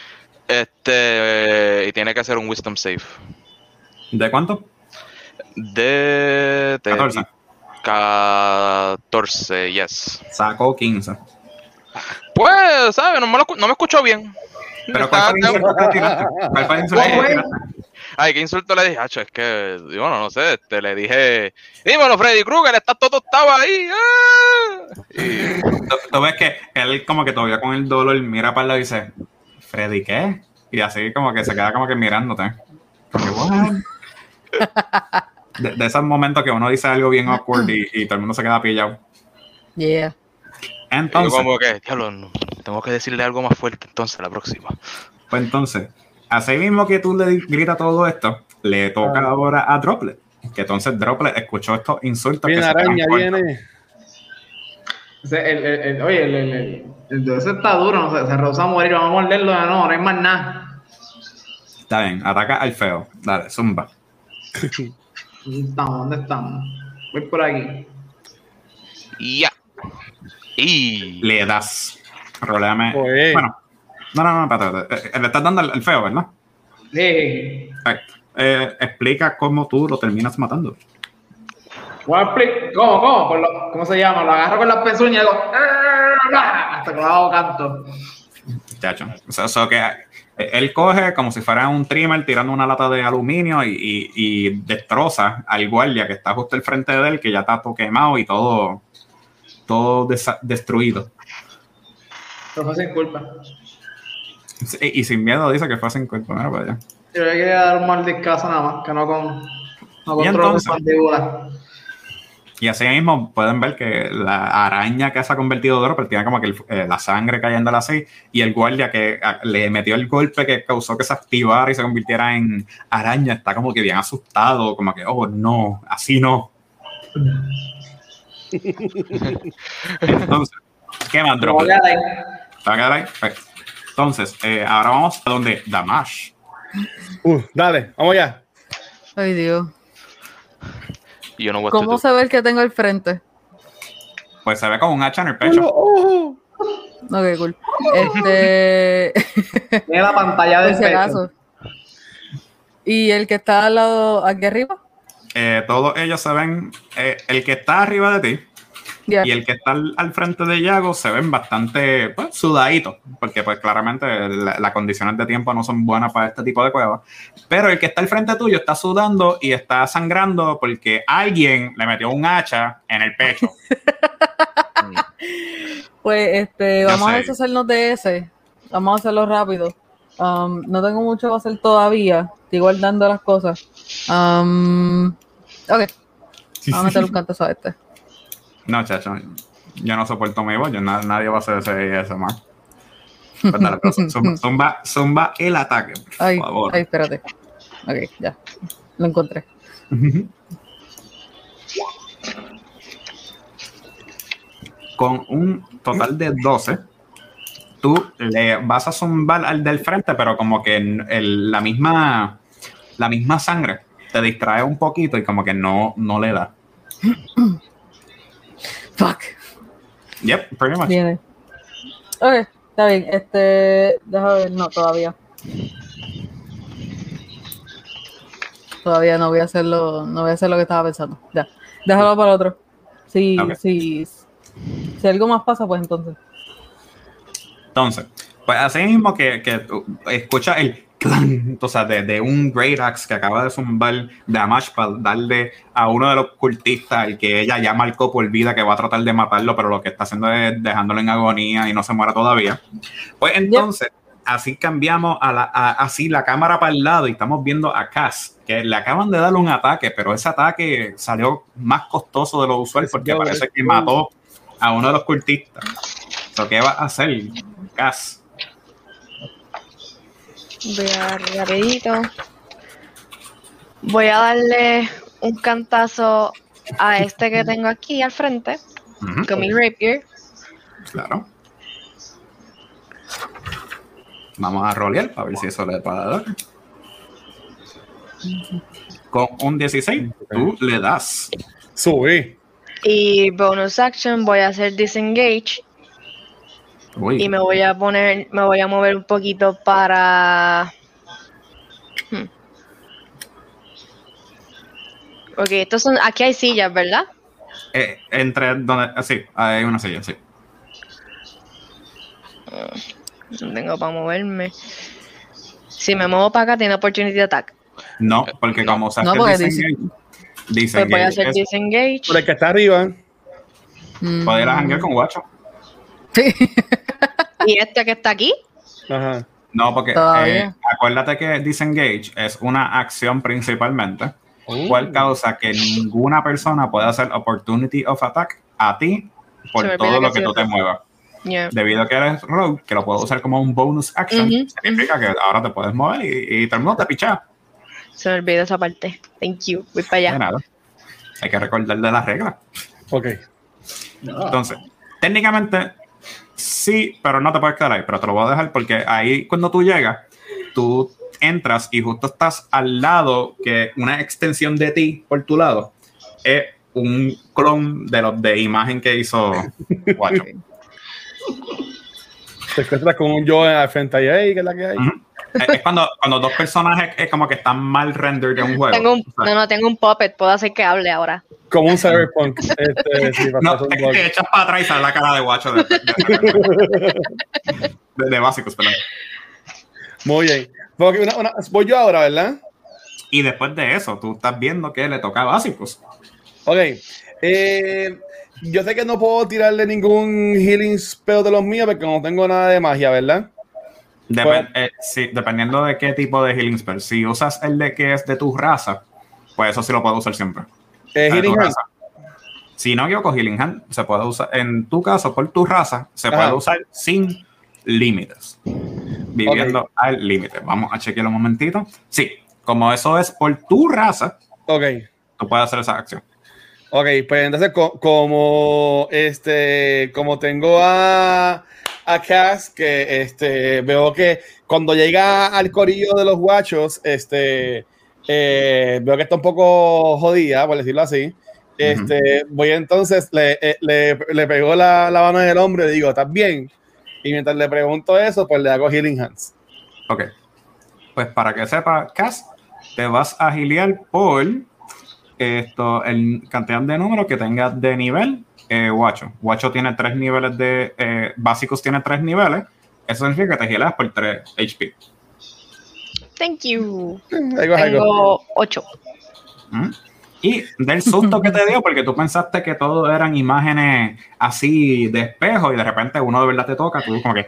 Este, y tiene que hacer un Wisdom Save. ¿De cuánto? De, de catorce. catorce, yes. Sacó quince. Pues, ¿sabes? No me, lo escu- no me escuchó bien. Pero ¿cuál fue el Está- insulto que tiraste? ¿Cuál fue el insulto que tiraste? Ay, ¿qué insulto le dije? Hacho, es que, yo no, no sé, este, le dije, dímelo, Freddy Krueger, estás todo tostado ahí. ¡Ah! Y, Tú, tú ves que él como que todavía con el dolor mira para el lado y dice, Freddy, ¿qué? Y así como que se queda como que mirándote. Como que, "What?". De, de esos momentos que uno dice algo bien awkward y, y todo el mundo se queda pillado. Yeah. y yo Entonces, como que, diablo, no, tengo que decirle algo más fuerte entonces la próxima. pues entonces, así mismo que tú le gritas todo esto, le toca Ah. ahora a Droplet. Que entonces Droplet escuchó estos insultos. Viene que se araña, estaban cortos. viene. Ese- el, el, el- oye, el, el, el, el de ese está duro, no sé, se rehúsa a morir, vamos a morderlo de nuevo, no hay más nada. Está bien, ataca al feo. Dale, zumba. ¿Dónde estamos? ¿Dónde estamos? Voy por aquí. Y ya. Y. Le das. Roleame. Oye. Bueno, no, no, no, espérate, espérate. Eh, Le estás dando al, al feo, ¿verdad? Sí. Perfecto. Eh, explica cómo tú lo terminas matando. Voy a explicar. ¿Cómo, cómo? Con lo- ¿Cómo se llama? Lo agarro con las pezuñas y hago. "Ah", hasta que lo hago canto. Chacho. O sea, eso que eh, él coge como si fuera un trimmer tirando una lata de aluminio y, y- y destroza al guardia que está justo al frente de él, que ya está todo quemado y todo, todo desa- destruido. Pero fue sin culpa. Y, y sin miedo dice que fue sin culpa. Mira para allá. Yo le quería dar un maldiscazo nada más, que no con. No Y controlo entonces- mis mandíbulas. Y así mismo pueden ver que la araña que se ha convertido Dropper tiene como que el- eh, la sangre cayéndole así, y el guardia que a, le metió el golpe que causó que se activara y se convirtiera en araña está como que bien asustado, como que, oh no, así no. Entonces, ¿qué más, Pero voy Dropper? a dar ahí. ¿Te va a quedar ahí? Perfecto. Entonces, eh, ahora vamos a donde Damash. Uh, dale, vamos allá. Ay, Dios. You know what to ¿Cómo do. se ve el que tengo al frente? Pues se ve con un hacha en el pecho. Oh, Ok, cool. Este. Mira la pantalla del Por si pecho. acaso. ¿Y el que está al lado, aquí arriba? Eh, todos ellos se ven, eh, el que está arriba de ti Ya. y el que está al, al frente de Yago se ven bastante pues, sudaditos, porque pues claramente la- las condiciones de tiempo no son buenas para este tipo de cuevas. Pero el que está al frente tuyo está sudando y está sangrando porque alguien le metió un hacha en el pecho. Pues este, Ya vamos a sé. deshacernos de ese. Vamos a hacerlo rápido. Um, no tengo mucho que hacer todavía. Estoy guardando las cosas. Um, ok. Vamos a meter un cantazo a este. No, chacho, yo no soporto mi voz, yo, na- nadie va a hacer ese ese más. Pues dale, pero zumba, zumba, zumba el ataque, por Ay, favor. ay, espérate. Ok, ya. Lo encontré. Con un total de doce, tú le vas a zumbar al del frente, pero como que el- la misma la misma sangre te distrae un poquito y como que no, no le da. Fuck. Yep, pretty much. Viene. Ok, está bien. Este. Déjame ver. No, todavía. Todavía no voy a hacerlo. No voy a hacer lo que estaba pensando. Ya. Déjalo para el otro. Si, Ok. si, si algo más pasa, pues entonces. Entonces, pues así mismo que, que tú escuchas el clan, o sea, de, de un Great Axe que acaba de zumbar damage para darle a uno de los cultistas, el que ella ya marcó por vida que va a tratar de matarlo, pero lo que está haciendo es dejándolo en agonía y no se muera todavía. Pues entonces, así cambiamos a la, a- así la cámara para el lado y estamos viendo a Cass, que le acaban de darle un ataque, pero ese ataque salió más costoso de lo usual porque parece que mató a uno de los cultistas. So, ¿qué va a hacer, Cass? Voy a rapidito. Voy a darle un cantazo a este que tengo aquí al frente Ujú, con mi rapier. claro. Vamos a rolear para ver si eso le puede dar. Con un dieciséis, tú le das. Subí. Y bonus action voy a hacer disengage Uy, y me voy a poner, me voy a mover un poquito para. Hmm. Ok, estos son, aquí hay sillas, ¿verdad? eh, entre donde, ah, sí, hay una silla, sí. No tengo para moverme. Si me muevo para acá, tiene opportunity attack. No, porque como usaste No, porque el disengage, dicen Pues voy a que hacer es- disengage. Por el que está arriba. Mm. puede ir a janguear con Guacho. Sí. Y este que está aquí. Ajá. No, porque Todavía. eh, acuérdate que disengage es una acción principalmente, Oh. cual causa que ninguna persona puede hacer opportunity of attack a ti por Se me todo olvida lo que que sí, tú te sí. muevas. Yeah. Debido a que eres rogue, que lo puedo usar como un bonus action, Ujú, significa que ahora te puedes mover y, y todo el mundo te picha. Se me olvidó esa parte. Thank you. Voy para De allá. nada. Hay que recordar de las reglas. Ok. Entonces, técnicamente sí, pero no te puedes quedar ahí, pero te lo voy a dejar porque ahí cuando tú llegas, tú entras y justo estás al lado que una extensión de ti por tu lado es un clon de los de imagen que hizo Guacho. Te encuentras con un yo al frente ahí, "Ey, ¿qué es la que hay?" Ujú. Es es cuando, cuando dos personajes es como que están mal rendered de un juego. Tengo un, O sea, no, no, tengo un puppet. Puedo hacer que hable ahora. Como un cyberpunk. Este, sí, no, pasó un te, bug. te echas para atrás y sale la cara de Guacho de, de, de- de básicos, perdón. Muy bien. Porque una- una- voy yo ahora, ¿verdad? Y después de eso, tú estás viendo que le toca a básicos. Ok. Eh, yo sé que no puedo tirarle ningún healing spell de los míos porque no tengo nada de magia, ¿verdad? Dep- Pues- eh, sí, dependiendo de qué tipo de healing spell. Si usas el de que es de tu raza, pues eso sí lo puedo usar siempre. Eh, De tu healing hand. raza. Si no equivoco, Healing Hand se puede usar, en tu caso, por tu raza, se Ajá. puede usar sin límites. Viviendo al límite. Vamos a chequear un momentito. Sí, como eso es por tu raza, Ok. tú puedes hacer esa acción. Ok, pues entonces co- como este como tengo a a Cass que este veo que cuando llega al corillo de los guachos este eh, veo que está un poco jodida por decirlo así. Este voy entonces le, eh, le, le pego la, la mano en el hombro y digo, ¿estás bien? Y mientras le pregunto eso, pues le hago healing hands. Ok. Pues para que sepa, Cass, te vas a gilear por esto, el cantidad de números que tengas de nivel. Eh, Guacho. Guacho tiene tres niveles de. Eh, básicos tiene tres niveles. Eso significa que te gileas por tres H P. Thank you. Ahí va, ahí va. Tengo ocho. ¿Mm? Y del susto que te dio, porque tú pensaste que todo eran imágenes así de espejo y de repente uno de verdad te toca, tú como que.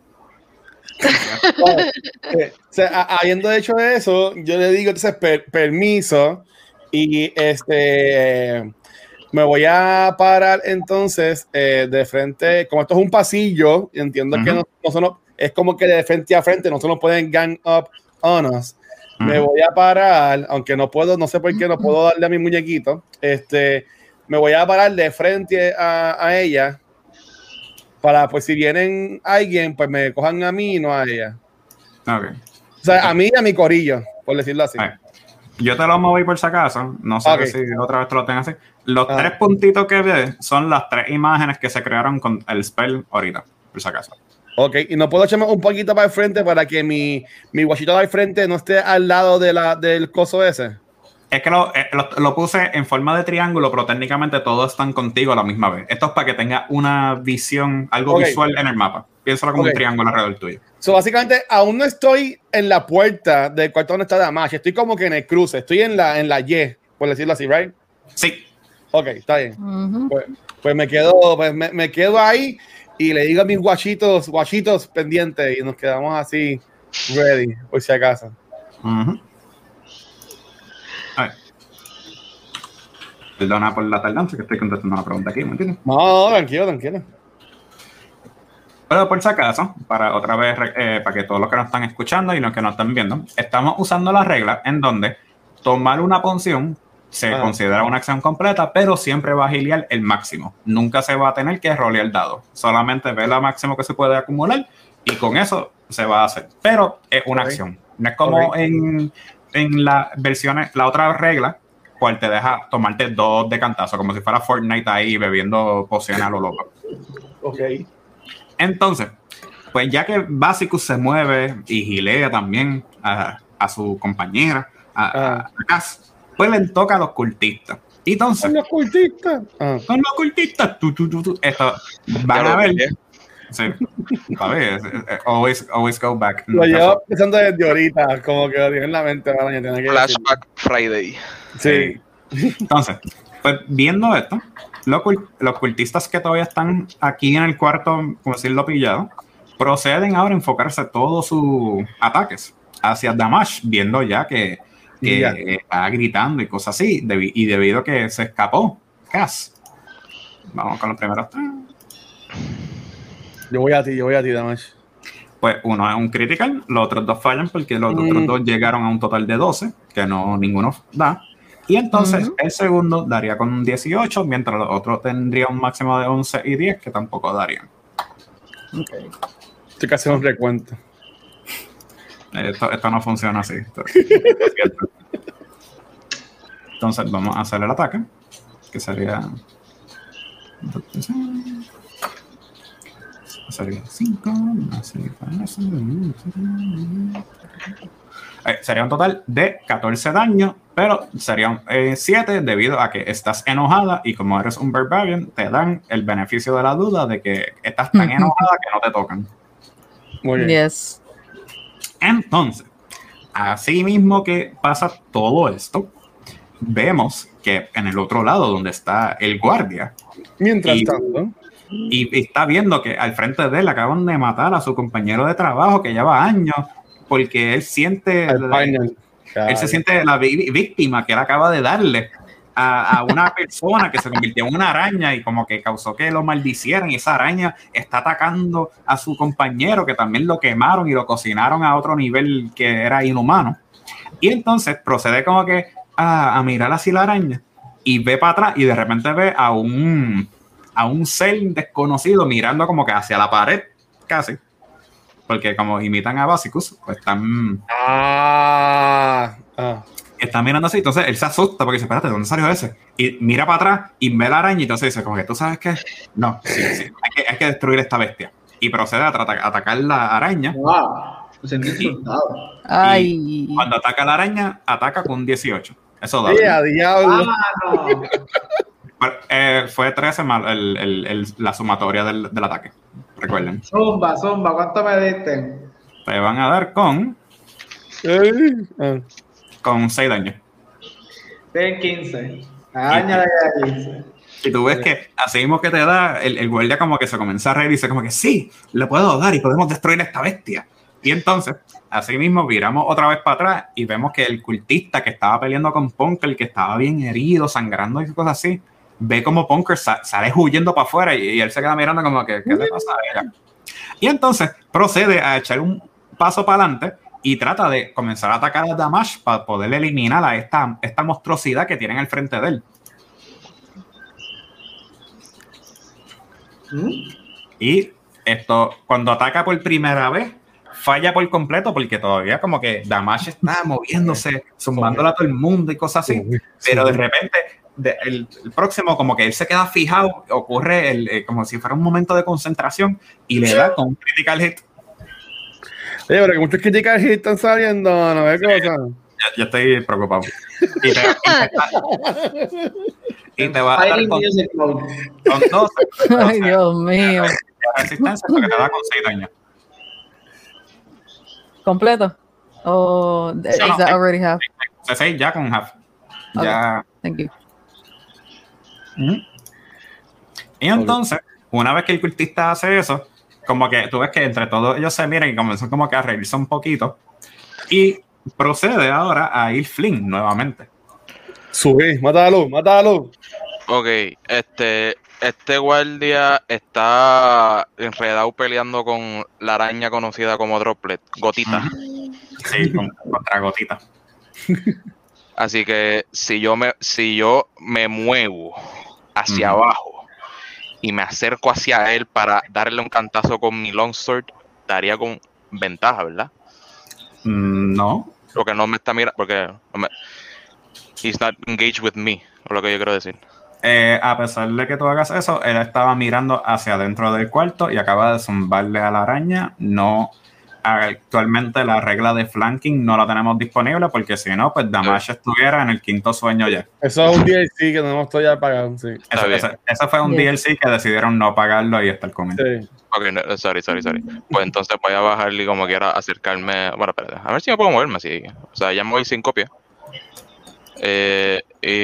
Eh, o sea, a- habiendo hecho eso, yo le digo entonces per- permiso y este me voy a parar entonces eh, de frente, como esto es un pasillo, y entiendo uh-huh. que no, no son, es como que de frente a frente, no se nos pueden gang up on us. Uh-huh. Me voy a parar, aunque no puedo, no sé por qué no puedo darle a mi muñequito, este, me voy a parar de frente a, a ella, para pues si vienen alguien, pues me cojan a mí y no a ella. Okay. O sea, a mí y a mi corillo, por decirlo así. Okay. Yo te lo moví por si acaso, no sé okay. si otra vez te lo tengo así. Los ah. tres puntitos que ves son las tres imágenes que se crearon con el spell ahorita, por si acaso. Ok, y no puedo echarme un poquito para el frente para que mi, mi guachito al frente no esté al lado de la, del coso ese. Es que lo, eh, lo, lo puse en forma de triángulo, pero técnicamente todos están contigo a la misma vez. Esto es para que tenga una visión, algo okay. visual en el mapa. Piénsalo como okay. un triángulo alrededor tuyo. So, básicamente, aún no estoy en la puerta del cuarto donde está Damage. Estoy como que en el cruce. Estoy en la, en la Y, por decirlo así, ¿right? Sí. Ok, está bien. Uh-huh. Pues, pues me quedo pues me, me quedo ahí y le digo a mis guachitos, guachitos pendientes y nos quedamos así, ready, por si acaso. Uh-huh. A ver. Perdona por la tardanza, que estoy contestando una pregunta aquí, ¿me entiendes? No, tranquilo, tranquilo. Pero por si acaso, para otra vez, eh, para que todos los que nos están escuchando y los que nos están viendo, estamos usando la regla en donde tomar una poción se ah. considera una acción completa, pero siempre va a agiliar el máximo. Nunca se va a tener que rolear el dado. Solamente ve la máximo que se puede acumular y con eso se va a hacer. Pero es una okay. acción. No es como okay. en, en las versiones, la otra regla, cual te deja tomarte dos de cantazo, como si fuera Fortnite ahí bebiendo pociones a lo loco. Ok. Entonces, pues ya que Basicus se mueve y gilea también a, a su compañera, a, ah. a, a Cass, pues le toca a los cultistas. Y entonces, ¿con los cultistas? Ah. Con los cultistas. Tú, tú, tú, tú. Esto, van a ver. Sí, a ver, always, always go back. Lo llevo pensando desde ahorita, como que lo tiene en la mente. Para tiene que Flashback decir. Friday. Sí. Entonces, pues viendo esto, los, los cultistas que todavía están aquí en el cuarto, como decirlo pillado, proceden ahora a enfocarse todos sus ataques hacia Damage, viendo ya que, que ya. está gritando y cosas así, debi- y debido a que se escapó Cass. Vamos con los primeros tres. Yo voy a ti, yo voy a ti, Damage. Pues uno es un critical, los otros dos fallan porque los mm. otros dos llegaron a un total de doce, que no ninguno da. Y entonces uh-huh. el segundo daría con un dieciocho, mientras los otros tendría un máximo de once y diez, que tampoco darían. Okay. Estoy que hacer un recuento. Esto, esto no funciona así. Esto, entonces vamos a hacer el ataque, que sería... Sería cinco, eh, sería un total de catorce daños, pero serían eh, siete debido a que estás enojada y como eres un barbarian te dan el beneficio de la duda de que estás tan enojada que no te tocan. Muy bien. Yes. Entonces, así mismo que pasa todo esto, vemos que en el otro lado donde está el guardia, mientras y, tanto y, y está viendo que al frente de él acaban de matar a su compañero de trabajo que lleva años porque él siente la, él se siente la víctima que él acaba de darle a, a una persona que se convirtió en una araña y como que causó que lo maldicieran, y esa araña está atacando a su compañero que también lo quemaron y lo cocinaron a otro nivel que era inhumano, y entonces procede como que a, a mirar así la araña y ve para atrás y de repente ve a un a un ser desconocido mirando como que hacia la pared casi, porque como imitan a Basicus, pues están ah, ah. están mirando así. Entonces él se asusta porque dice, espérate, ¿de dónde salió ese? Y mira para atrás y ve la araña y entonces dice como que tú sabes que no, sí, sí, hay que, hay que destruir esta bestia, y procede a, tratar, a atacar la araña. Wow, y, Ay. y cuando ataca la araña ataca con un dieciocho. Eso da. Sí, a diablo. Ah, no. Eh, fue trece más el, el, el, la sumatoria del, del ataque. Recuerden. Zumba, zumba, ¿cuánto me diste? Te van a dar con con seis daños. Ten quince. Araña de quince. Y tú ves que así mismo que te da, el, el guardia como que se comienza a reír y dice como que sí, le puedo dar y podemos destruir esta bestia. Y entonces, así mismo viramos otra vez para atrás y vemos que el cultista que estaba peleando con Punk, el que estaba bien herido, sangrando y cosas así, ve como Punker sa- sale huyendo para afuera y, y él se queda mirando como que, ¿qué le pasa a ella? Y entonces procede a echar un paso para adelante y trata de comenzar a atacar a Damage para poder eliminar a esta, esta monstruosidad que tienen al frente de él. ¿Mm? Y esto, cuando ataca por primera vez, falla por completo porque todavía como que Damage está moviéndose, zumbándole a todo el mundo y cosas así, pero de repente de, el, el próximo como que él se queda fijado, ocurre el, eh, como si fuera un momento de concentración y le da con un critical hit. Oye, pero que muchos critical hit están saliendo, no ve Sí, cosa. yo, yo estoy preocupado. Y te, y te, y te va a dar Fighting con, Music Mode. con dos Ay, Dios mío. resistencia porque te da con seis daños. ¿Completo? Oh, is no, that eh, already half? seis ya con half. Ya. Thank you. Ujú. Y entonces, una vez que el cultista hace eso, como que tú ves que entre todos ellos se miran y comienzan como que a reírse un poquito. Y procede ahora a ir Flynn nuevamente. Subí, mátalo, mátalo. Ok, este, este guardia está enredado peleando con la araña conocida como Droplet, Gotita. Sí, con, contra Gotita. Así que si yo me, si yo me muevo hacia Ujú. abajo y me acerco hacia él para darle un cantazo con mi longsword, daría con ventaja, ¿verdad? Mm, no. Porque no me está mirando, porque no me, he's not engaged with me, es lo que yo quiero decir. Eh, a pesar de que tú hagas eso, él estaba mirando hacia adentro del cuarto y acaba de zumbarle a la araña. No, actualmente la regla de flanking no la tenemos disponible porque si no, pues Damage estuviera en el quinto sueño ya. Eso es un D L C que no hemos todavía pagado, sí. Eso, bien. ese, ese fue un Bien. D L C que decidieron no pagarlo y estar con él. Sí. Ok, no, sorry, sorry, sorry. Pues entonces voy a bajar y como quiera acercarme. Bueno, espérate, a ver si me puedo moverme así. O sea, ya me voy sin copia. Eh,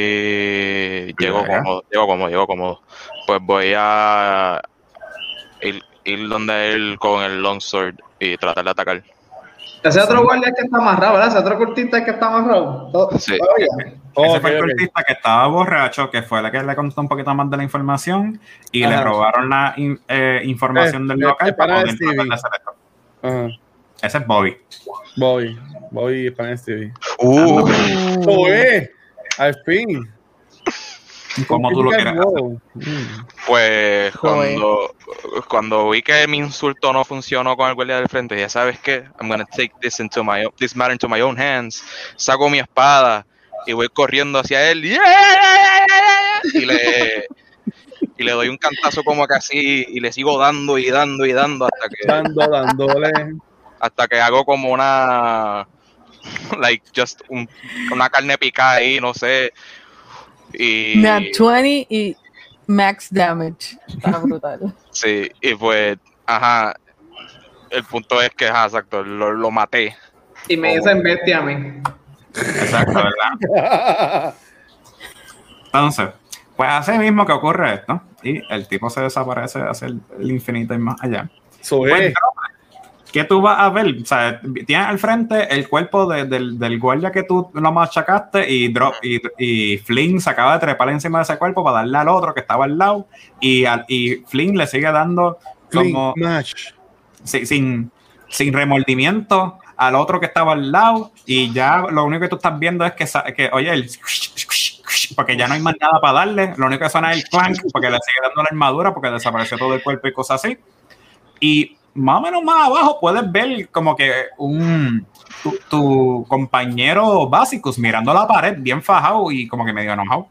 y llego Acá. cómodo, llego cómodo, llego cómodo. Pues voy a ir, ir donde él con el longsword y tratar de atacar. Ese otro guardia es que está amarrado, ¿verdad? Ese otro cultista es que está amarrado. Todo- Sí. todo bien. Oh, Ese fue ok, el ok. cultista que estaba borracho, que fue la que le contó un poquito más de la información y Ajá. le robaron la in- eh, información Eh, del eh, local eh, para para poder Stevie. tratar de hacer esto. Ajá. Ese es Bobby. Bobby, Bobby Spanish T V. Uh, ¡Oye! Al fin. Como tú lo quieras hacer. Wow. Mm. pues Joder. cuando, cuando vi que mi insulto no funcionó con el guardia del frente, ya sabes qué, I'm gonna take this into my own, this matter into my own hands. Saco mi espada y voy corriendo hacia él. ¡Yeah! Y le y le doy un cantazo como que así y le sigo dando y dando y dando hasta que Dando, dándole. hasta que hago como una like just un- una carne picada ahí, no sé. Y Nat veinte y max damage. Está brutal. sí, y pues ajá, el punto es que ajá, exacto, lo, lo maté. Y me dicen bestia a mí. Exacto, ¿verdad? Entonces, pues así mismo que ocurre esto y el tipo se desaparece hacia el, el infinito y más allá. Soy. Pues, ¿qué tú vas a ver? O sea, tienes al frente el cuerpo de- del, del guardia que tú lo machacaste y, drop, y, y Flynn se acaba de trepar encima de ese cuerpo para darle al otro que estaba al lado y, al- y Flynn le sigue dando como Match. si- sin, sin remordimiento al otro que estaba al lado y ya lo único que tú estás viendo es que, sa- que oye, el porque ya no hay más nada para darle, lo único que suena es el clank porque le sigue dando la armadura porque desapareció todo el cuerpo y cosas así. Y más o menos más abajo puedes ver como que un tu, tu compañero Basicus mirando la pared bien fajado y como que medio enojado.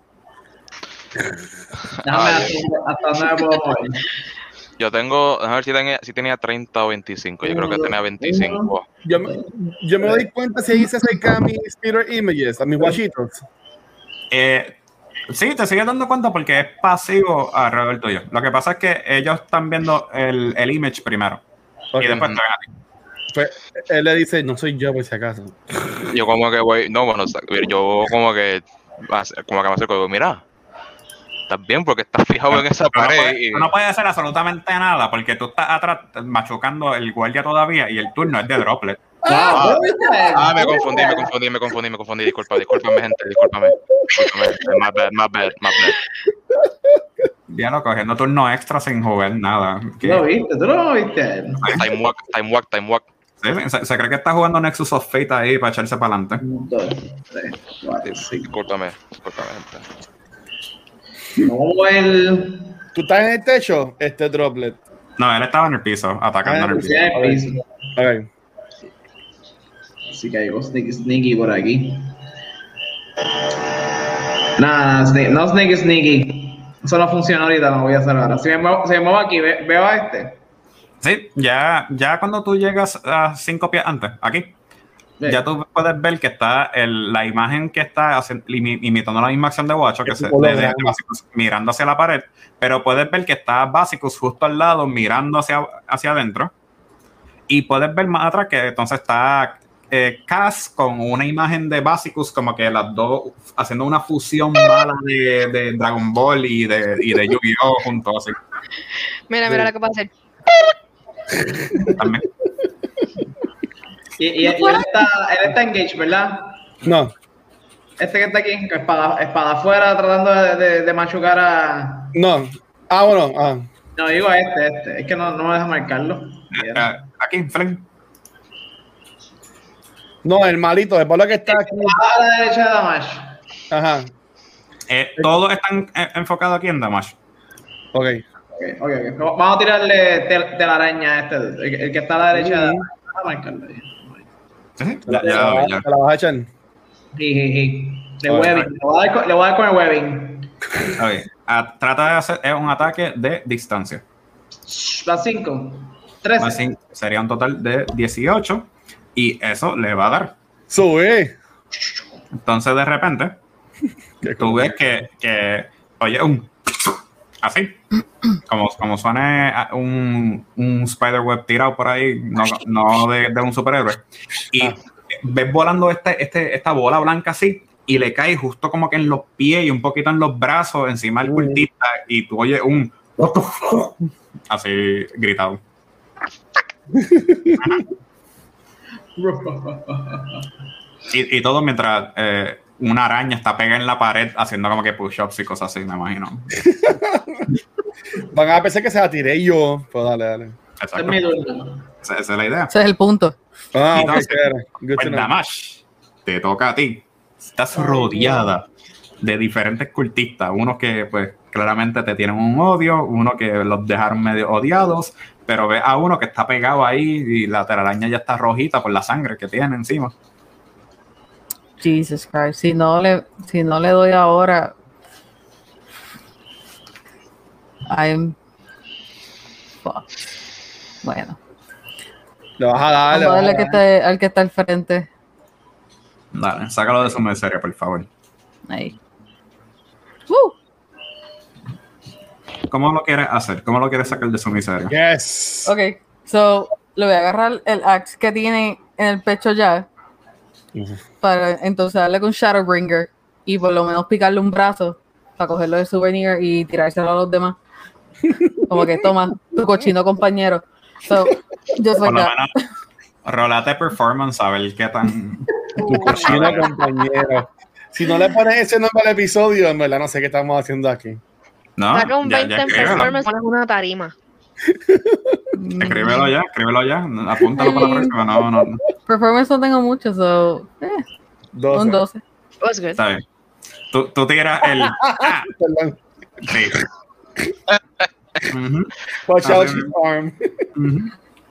Déjame Ah, hasta, hasta dónde me puedo mover. Yo tengo, a ver si tenía, si tenía treinta o veinticinco, yo creo que tenía veinticinco. Yo me, yo me doy cuenta si ahí se acerca a mis mirror images, a mis guachitos. Eh, sí, te sigues dando cuenta porque es pasivo alrededor tuyo. Lo que pasa es que ellos están viendo el, el image primero Ok. y después te ven a ti. Pues, él le dice, no soy yo por si acaso. Yo como que voy, no, bueno, yo como que, como que me acerco y digo, mira, estás bien porque estás fijado en esa Tú no, pared. puedes, y- tú no puedes hacer absolutamente nada porque tú estás atrás machucando el guardia todavía y el turno es de Droplet. Ah, ¿viste? Ah, me confundí, me confundí, me confundí, me confundí. Disculpa, discúlpame, gente, discúlpame. Discúlpame, gente. My bad, my bad, my bad. Ya lo cogiendo turno extra sin jugar nada. ¿Tú lo viste? ¿Tú no lo viste a él? Time walk, time walk, time walk. Sí, se, se cree que está jugando Nexus of Fate ahí para echarse para adelante. Un, dos, tres, cuatro, Sí, cinco. discúlpame, discúlpame, gente. No, el... ¿Tú estás en el techo? Este droplet. No, él estaba en el piso, atacando Ah, en el Sí, piso. en el piso. Ok. Sí que llegó Sneaky Sneaky por aquí. Nada, Sne- no Sneaky Sneaky. Eso no funciona ahorita, no voy a hacer ahora. Si me muevo, si me muevo aquí, ve- veo a este. Sí, ya, ya cuando tú llegas a cinco pies antes, aquí, Ve. ya tú puedes ver que está el- la imagen que está haciendo- imi- imitando la misma acción de Guacho, que Es se un de, de- holograma. de Basicus mirando hacia la pared, pero puedes ver que está Basicus justo al lado mirando hacia, hacia adentro. Y puedes ver más atrás que entonces está eh, Cass con una imagen de Basicus, como que las dos haciendo una fusión mala de, de Dragon Ball y de, y de Yu-Gi-Oh! Juntos así. Mira, mira lo que pasa a hacer. También. Y, y- y él, está, él está engaged, ¿verdad? No, Este que está aquí, con espada, espada afuera, tratando de, de- de machucar a... no. Ah, bueno. Ah. No, digo a este, este. Es que no, no me deja marcarlo. Eh, aquí, Flynn. No, el malito, el palo que está aquí. A la derecha de Damash. Ajá. Eh, todos están eh, enfocados aquí en Damash. Ok. Ok, ok, ok. Vamos a tirarle tel- telaraña a este, el, que- el que está a la derecha de Damash. Vamos a marcarlo ahí. Sí, sí, ¿Te ya, la, ya, vas- ya. te la vas a echar? Jijiji. De Alright. webbing. Le voy a dar con, le voy a dar con el webbing. Ok, a- trata de hacer es un ataque de distancia. Las cinco. Más trece. cinco, sería un total de dieciocho y eso le va a dar. Sube. Entonces de repente Qué tú ves que, que oye un así como, como suene a- un, un spiderweb tirado por ahí, no, no de, de un superhéroe, y Ah. ves volando este, este, esta bola blanca así y le cae justo como que en los pies y un poquito en los brazos encima del Mm. cultista y tú oyes un "What the fuck?" así gritado. Y, y todo mientras eh, una araña está pegada en la pared haciendo como que push-ups y cosas así, me imagino. Van a pensar que se la tiré yo. Pues dale, dale. Este es Exacto. mi turno. Esa, esa es la idea. Ese es el punto. Ah, Y ok, entonces, chévere. Good Pues to know. Damash, te toca a ti. Estás rodeada de diferentes cultistas. Unos que pues claramente te tienen un odio, uno que los dejaron medio odiados, pero ves a uno que está pegado ahí y la telaraña ya está rojita por la sangre que tiene encima. Jesus Christ. Si no le, si no le doy ahora. I'm fucked. Bueno. Le vas a dar. le Vamos a vas a darle que dar. esté, al que está al frente. Dale, sácalo de su miseria, por favor. Ahí. ¡Woo! ¿Cómo lo quieres hacer? ¿Cómo lo quieres sacar de su miseria? Yes. Ok, so le voy a agarrar el axe que tiene en el pecho ya para entonces darle con Shadowbringer y por lo menos picarle un brazo para cogerlo de souvenir y tirárselo a los demás. Como que toma tu cochino compañero. So, just Por like lo that. menos, rolate performance a ver qué tan... Tu cochino compañero. Si no le pones ese nombre al episodio, en verdad no sé qué estamos haciendo aquí. No, Saca un ya, veinte ya en escríbelo. performance, pones una tarima. Escríbelo ya, escríbelo ya. Apúntalo para la próxima. No, no, no. Performance no tengo mucho, so eh, doce. un doce. Was good. Está bien. Tú, tú tiras el... Ah, Perdón. sí. Ujú, Watch Ah, out sí. his arm. ujú.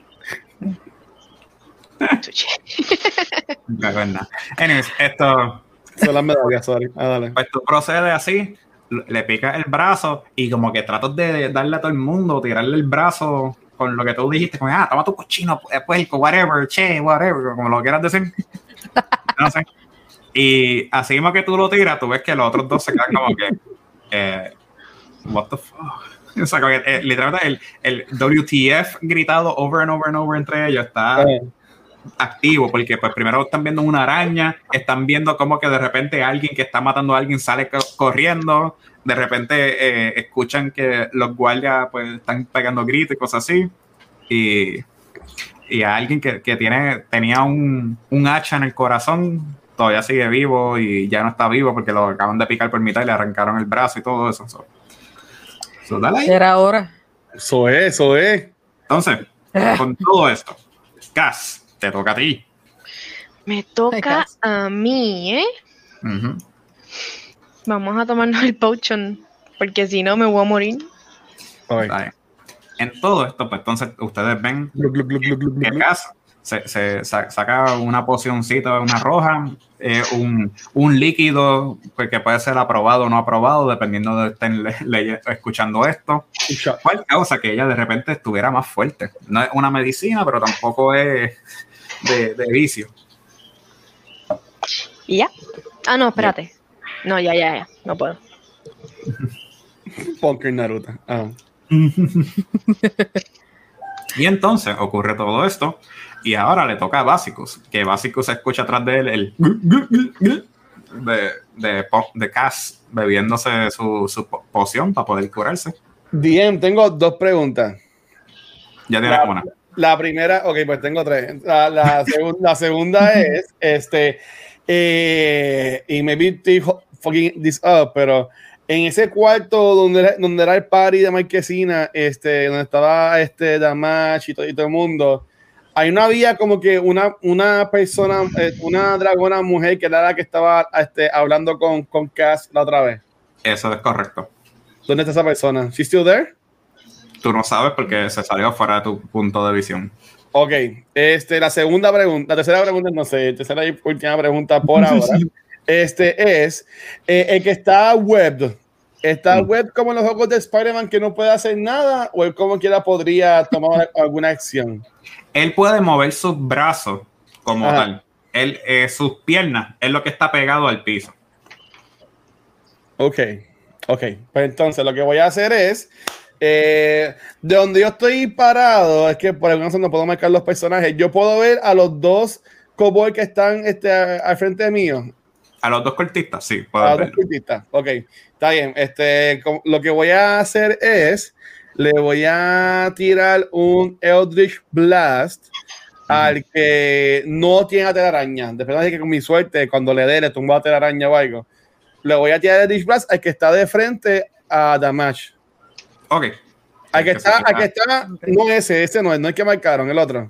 De verdad. Anyways, esto... Son las medallas, sorry. Ah, dale. Pues tú procedes así, le picas el brazo y como que tratas de darle a todo el mundo, tirarle el brazo con lo que tú dijiste, como, ah, toma tu cochino, eh, puerco, whatever, che, whatever, como lo quieras decir. No sé. Y así mismo que tú lo tiras, tú ves que los otros dos se quedan como que, eh, what the fuck. O sea, como que, eh, literalmente el, el W T F gritado over and over and over entre ellos está Eh, activo, porque pues primero están viendo una araña, están viendo como que de repente alguien que está matando a alguien sale co- corriendo, de repente eh, escuchan que los guardias pues están pegando gritos y cosas así, y, y a alguien que, que tiene, tenía un, un hacha en el corazón, todavía sigue vivo y ya no está vivo porque lo acaban de picar por mitad y le arrancaron el brazo y todo eso. So, So, dale ahí. Era hora. Eso es, eso es. Entonces, con todo esto, Cass, te toca a ti. Me toca Cas. a mí, ¿eh? Ujú. Vamos a tomarnos el potion, porque si no me voy a morir. Okay. Dale. En todo esto, pues entonces ustedes ven Gluc, gluc, gluc, gluc, gluc, que gluc. Cass se, se sa- saca una pocioncita, una roja, eh, un, un líquido pues, que puede ser aprobado o no aprobado, dependiendo de estén le- le- escuchando esto. Un shot. ¿Cuál causa que ella de repente estuviera más fuerte? No es una medicina, pero tampoco es de, de vicio. ¿Y ya? Ah, no, espérate. No, ya, ya, ya. No puedo. Punker Naruto. Ah. Y entonces ocurre todo esto y ahora le toca a Básicos, que Básicos escucha atrás de él el de, de, po- de Cass bebiéndose su, su po- poción para poder curarse. D M, tengo dos preguntas. Ya tiene La, una. la primera, ok, pues tengo tres. La, la, segun- la segunda es, este, eh, y maybe estoy ho- fucking this up, pero en ese cuarto donde era, donde era el party de Marquesina, este, donde estaba este Damage y todo, y todo el mundo, ahí no había como que una, una persona, eh, una dragona mujer que era la que estaba este, hablando con, con Cass la otra vez. Eso es correcto. ¿Dónde está esa persona? ¿She's still there? Tú no sabes porque se salió fuera de tu punto de visión. Ok, este, la segunda pregunta, la tercera pregunta, no sé, tercera y última pregunta por ahora, este es, eh, el que está web, ¿está Mm. web como en los juegos de Spider-Man que no puede hacer nada o él como quiera podría tomar alguna acción? Él puede mover sus brazos como Ajá. tal. Él, eh, sus piernas es lo que está pegado al piso. Ok, ok, pues entonces lo que voy a hacer es, eh, de donde yo estoy parado, es que por alguna razón no puedo marcar los personajes, yo puedo ver a los dos cowboys que están este, a- al frente mío. A los dos cortistas, sí, A puedes dos verlo. cultistas. Ok, está bien. Este, com- lo que voy a hacer es, le voy a tirar un Eldritch Blast al que no tiene la telaraña. Después de que con mi suerte, cuando le dé, le tumbo la telaraña o algo. Le voy a tirar el Eldritch Blast al que está de frente a Damage. Ok. Al que El se está, quita- al que está, no ese, ese no es, no es que marcaron, el otro.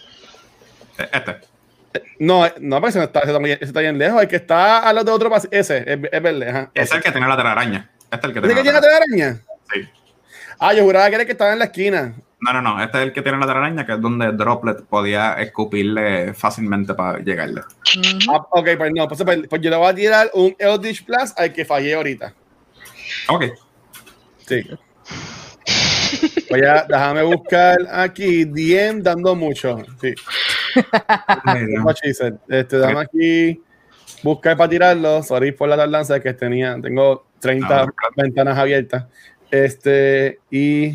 Este. No, no, pero ese no está, ese está, muy- ese está bien lejos. El que está al lado de otro, pas- ese, es, es verde. Ajá. Es el que tiene la telaraña. Este es el que ¿Ese tiene que la tiene la telaraña. telaraña? Sí. Ah, yo juraba que era el que estaba en la esquina. No, no, no. Este es el que tiene la telaraña, que es donde Droplet podía escupirle fácilmente para llegarle. Ujú. Ah, ok, pues no, pues, pues, pues yo le voy a tirar un Eldritch Plus al que fallé ahorita. Ok. Sí. Voy a, déjame buscar aquí, D M dando mucho. Sí. Ay, Dios. What she said. Este, dame aquí, buscar para tirarlo. Sorry por la tardanza que tenía. Tengo treinta No, ventanas abiertas. Este, y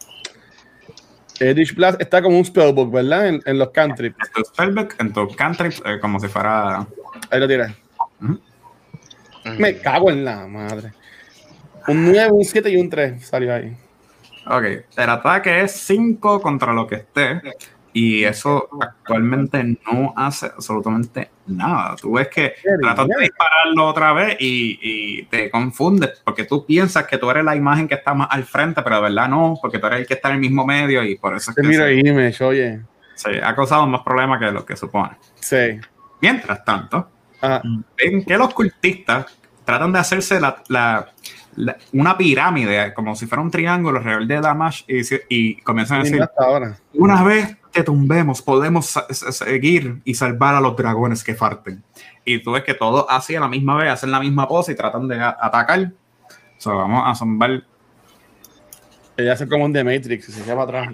Eldritch Plus está como un spellbook, ¿verdad? En, en los cantrips. En tu spellbook, en tu cantrips, eh, como si fuera. Ahí lo tiré. Ujú. Me cago en la madre. Un nueve, un siete y un tres salió ahí. Ok. El ataque es cinco contra lo que esté. Y eso actualmente no hace absolutamente nada. Tú ves que tratas de dispararlo otra vez y, y te confundes porque tú piensas que tú eres la imagen que está más al frente, pero de verdad no, porque tú eres el que está en el mismo medio y por eso es Te que miro se, image, oye. se ha causado más problemas que lo que supone. Sí. Mientras tanto, Ajá. ven que los cultistas tratan de hacerse la, la- la- una pirámide, como si fuera un triángulo alrededor de Damage y, si- y comienzan a Ni decir, hasta ahora. una vez te tumbemos, podemos sa- sa- seguir y salvar a los dragones que falten. Y tú ves que todos así a la misma vez hacen la misma pose y tratan de a- atacar. So, vamos a zumbar. Ella hace como un The Matrix y se llama atrás.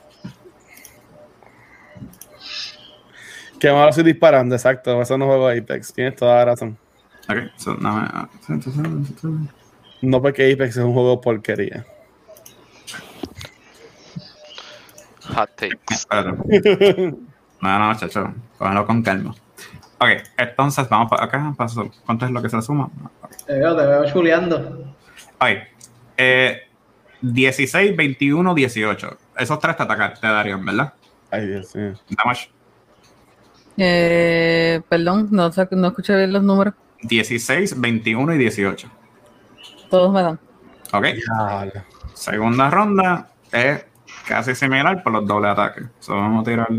Que ahora estoy disparando, exacto. Eso no juego Apex. Tienes toda la razón. Ok, so, no me- No porque Apex es un juego de porquería. Hot takes. Espérate. No, no, chacho. Cógelo con calma. Ok, entonces vamos para acá. Paso. ¿Cuánto es lo que se le suma? Te veo, te veo chuleando. Ok. Eh, dieciséis, veintiuno, dieciocho. Esos tres te atacan, te darían, ¿verdad? Ay, Dios mío. Damage. Eh, perdón, no, sé- no escuché bien los números. dieciséis, veintiuno y dieciocho. Todos me dan. Ok. Diablo. Segunda ronda es casi similar por los dobles ataques. So, vamos a tirar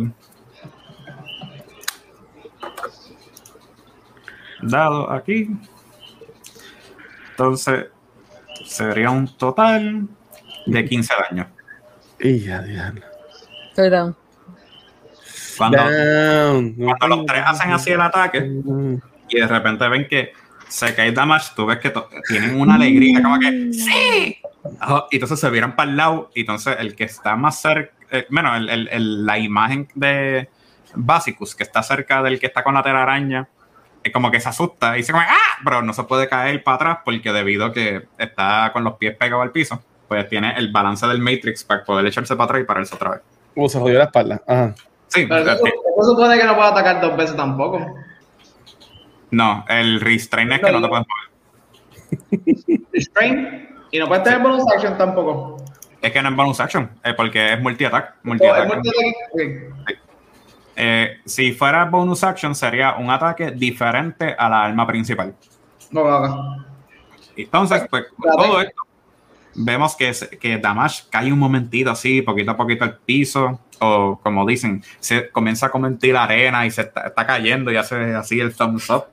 dado aquí. Entonces, sería un total de quince daños. Y ya, diablo. Estoy down. Cuando, Down. cuando los tres hacen así el ataque Mm. y de repente ven que se cae damage, tú ves que to- tienen una alegría, como que ¡sí! Oh, y entonces se viran para el lado y entonces el que está más cerca, eh, bueno, el, el, el- la imagen de Basicus que está cerca del que está con la telaraña, es como que se asusta y dice como ¡ah! Pero no se puede caer para atrás porque debido a que está con los pies pegados al piso, pues tiene el balance del Matrix para poder echarse para atrás y pararse otra vez. Uh, se jodió la espalda. Ajá. Sí, Pero eso, eh, eso supone que no puede atacar dos veces tampoco. no, el restrain es que no te puedes mover. Restrain. Y no puedes tener bonus action tampoco. Es que no es bonus action, eh, porque es multi-attack. Oh, multi-attack. es multi-ataque. Ok. Eh, si fuera bonus action, sería un ataque diferente a la arma principal. No, no, no. Entonces, pues, con todo esto, vemos que, se- que Damage cae un momentito así, poquito a poquito al piso, o como dicen, se comienza a convertir la arena y se está, está cayendo y hace así el thumbs up.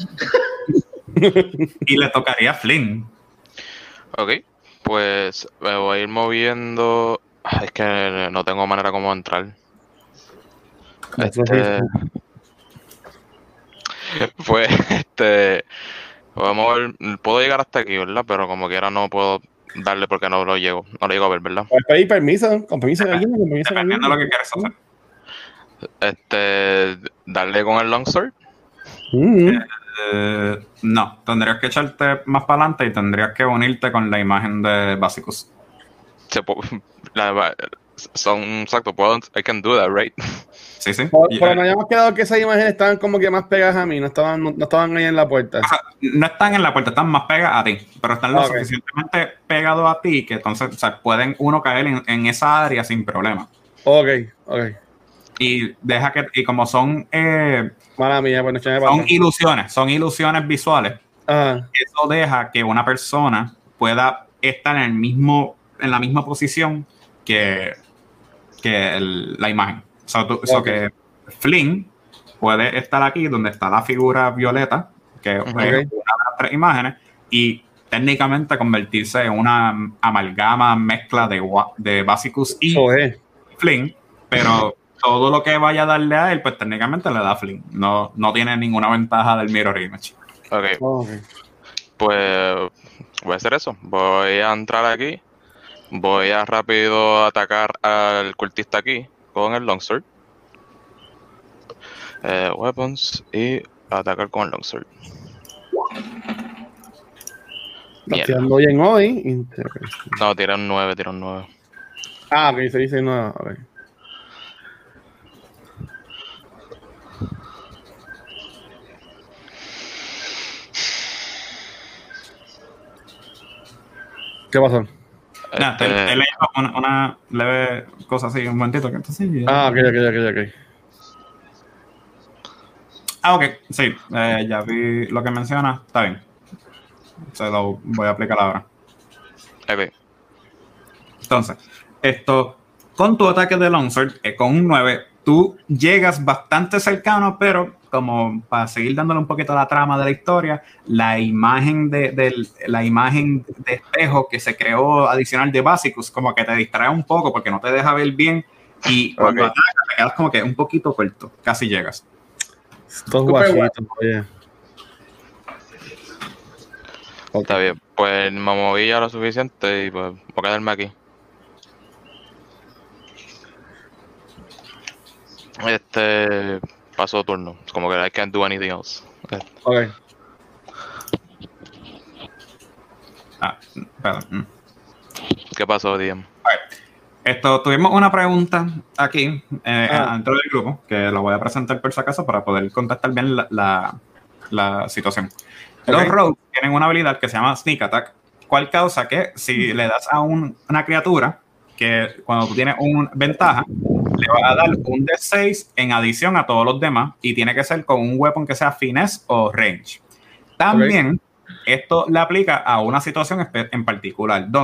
Y le tocaría a Flynn. Ok, pues me voy a ir moviendo. Ay, es que no tengo manera como entrar. Este, pues, este, vamos a ver, puedo llegar hasta aquí, ¿verdad? Pero como quiera no puedo darle porque no lo llego, no lo llego a ver, ¿verdad? Puedes pedir permiso, con permiso de alguien, con permiso de alguien. Dependiendo de lo que quieras hacer. Este, darle con el longsword. Mm. Eh, no, tendrías que echarte más para adelante y tendrías que unirte con la imagen de Basicus. Se po- la- son, exacto, puedo, I can do that, right? Sí, sí. Por- Y, Pero eh, nos habíamos quedado que esas imágenes estaban como que más pegadas a mí, no estaban, no, no estaban ahí en la puerta. o sea, no están en la puerta, están más pegadas a ti, pero están lo Ok. suficientemente pegados a ti que entonces, o sea, pueden uno caer en, en esa área sin problema. Ok, ok. Y deja que, y como son, eh, Mala mía, pues no echarme para son atrás. ilusiones, son ilusiones visuales, Ajá. eso deja que una persona pueda estar en el mismo, en la misma posición que, que el- la imagen. O sea, tú- o sea, Ok. que Flynn puede estar aquí donde está la figura violeta, que Ujú. es una de las tres imágenes, y técnicamente convertirse en una amalgama mezcla de, wa- de Basicus y Eso es. Flynn, pero todo lo que vaya a darle a él, pues técnicamente le da a Flynn. No, no tiene ninguna ventaja del Mirror Image. Ok, Ok. pues voy a hacer eso. Voy a entrar aquí. Voy a rápido atacar al cultista aquí con el longsword. Eh, weapons y atacar con el longsword. Estás Mierda. tirando bien hoy. Inter- No, tira un nueve, tira un nueve. Ah, ok, se dice no. Ok. ¿Qué pasó? Nada, te, Este, te leyendo una, una leve cosa así, un momentito. Que entonces, Ah, ok, ok, ok, ok. Ah, ok, sí, eh, ya vi lo que menciona, está bien. Se lo voy a aplicar ahora. ok. Entonces, esto, con tu ataque de Longsword, eh, con un nueve, tú llegas bastante cercano, pero como para seguir dándole un poquito a la trama de la historia, la imagen de, del- la imagen de espejo que se creó adicional de Basicus, como que te distrae un poco porque no te deja ver bien, y cuando Ok. atacas te quedas como que un poquito corto, casi llegas. Estos Súper guachitos, oye. Ok. Está bien. Pues me moví ya lo suficiente y pues voy a quedarme aquí. Este pasó turno. Como que I can't do anything else. Ok. Ah, espera, mm. ¿Qué pasó, D M? Esto, tuvimos una pregunta aquí eh, Ah. dentro del grupo, que lo voy a presentar por si acaso para poder contestar bien la, la, la situación. Los Ok. rogues tienen una habilidad que se llama Sneak Attack, cual causa que si le das a un- una criatura, que cuando tú tienes una ventaja, le va a dar un D seis en adición a todos los demás, y tiene que ser con un weapon que sea finesse o range. También, esto le aplica a una situación espe- en particular, donde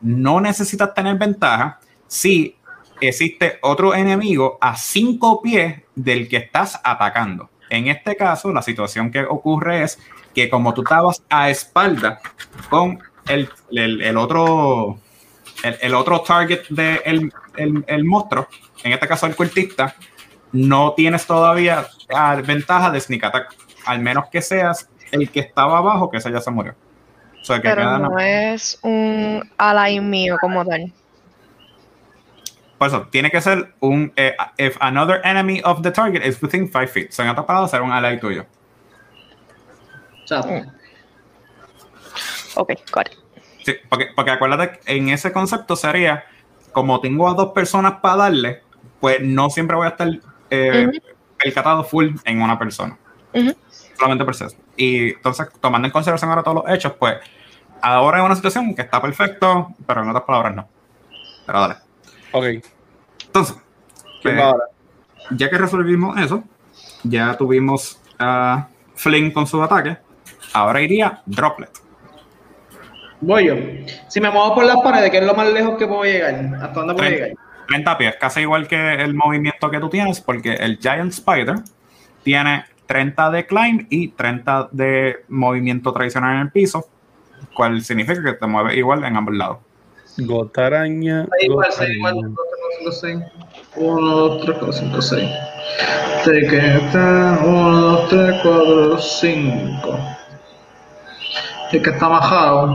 no necesitas tener ventaja si existe otro enemigo a cinco pies del que estás atacando. En este caso, la situación que ocurre es que como tú estabas a espalda con el, el, el otro el, el otro target del de el, el monstruo, en este caso el cultista, no tienes todavía la ventaja de sneak attack, al menos que seas el que estaba abajo, que ese ya se murió. O sea, que Pero queda no nada. es un ally mío como tal. Por eso, tiene que ser un eh, if another enemy of the target is within five feet. O sea, en otras palabras, ser un ally tuyo. Exacto. Ok, got it. Sí, porque, porque acuérdate, en ese concepto sería, como tengo a dos personas para darle, pues no siempre voy a estar eh, Ujú. percatado full en una persona. Ujú. Solamente proceso. Y entonces, tomando en consideración ahora todos los hechos, pues ahora es una situación que está perfecto, pero en otras palabras no. Pero dale. Ok. Entonces, ¿Quién eh, va ahora? ya que resolvimos eso, ya tuvimos a Flynn con su ataque, ahora iría Droplet. Voy yo. Si me muevo por las paredes, ¿qué es lo más lejos que puedo llegar? ¿Hasta dónde puedo llegar? treinta pies, casi igual que el movimiento que tú tienes, porque el Giant Spider tiene treinta de climb y treinta de movimiento tradicional en el piso, cual significa que te mueves igual en ambos lados. Gotaraña. Seis igual, seis igual. uno, dos, tres, cuatro, cinco, seis. Te queda uno, dos, tres, cuatro, cinco. El que está bajado.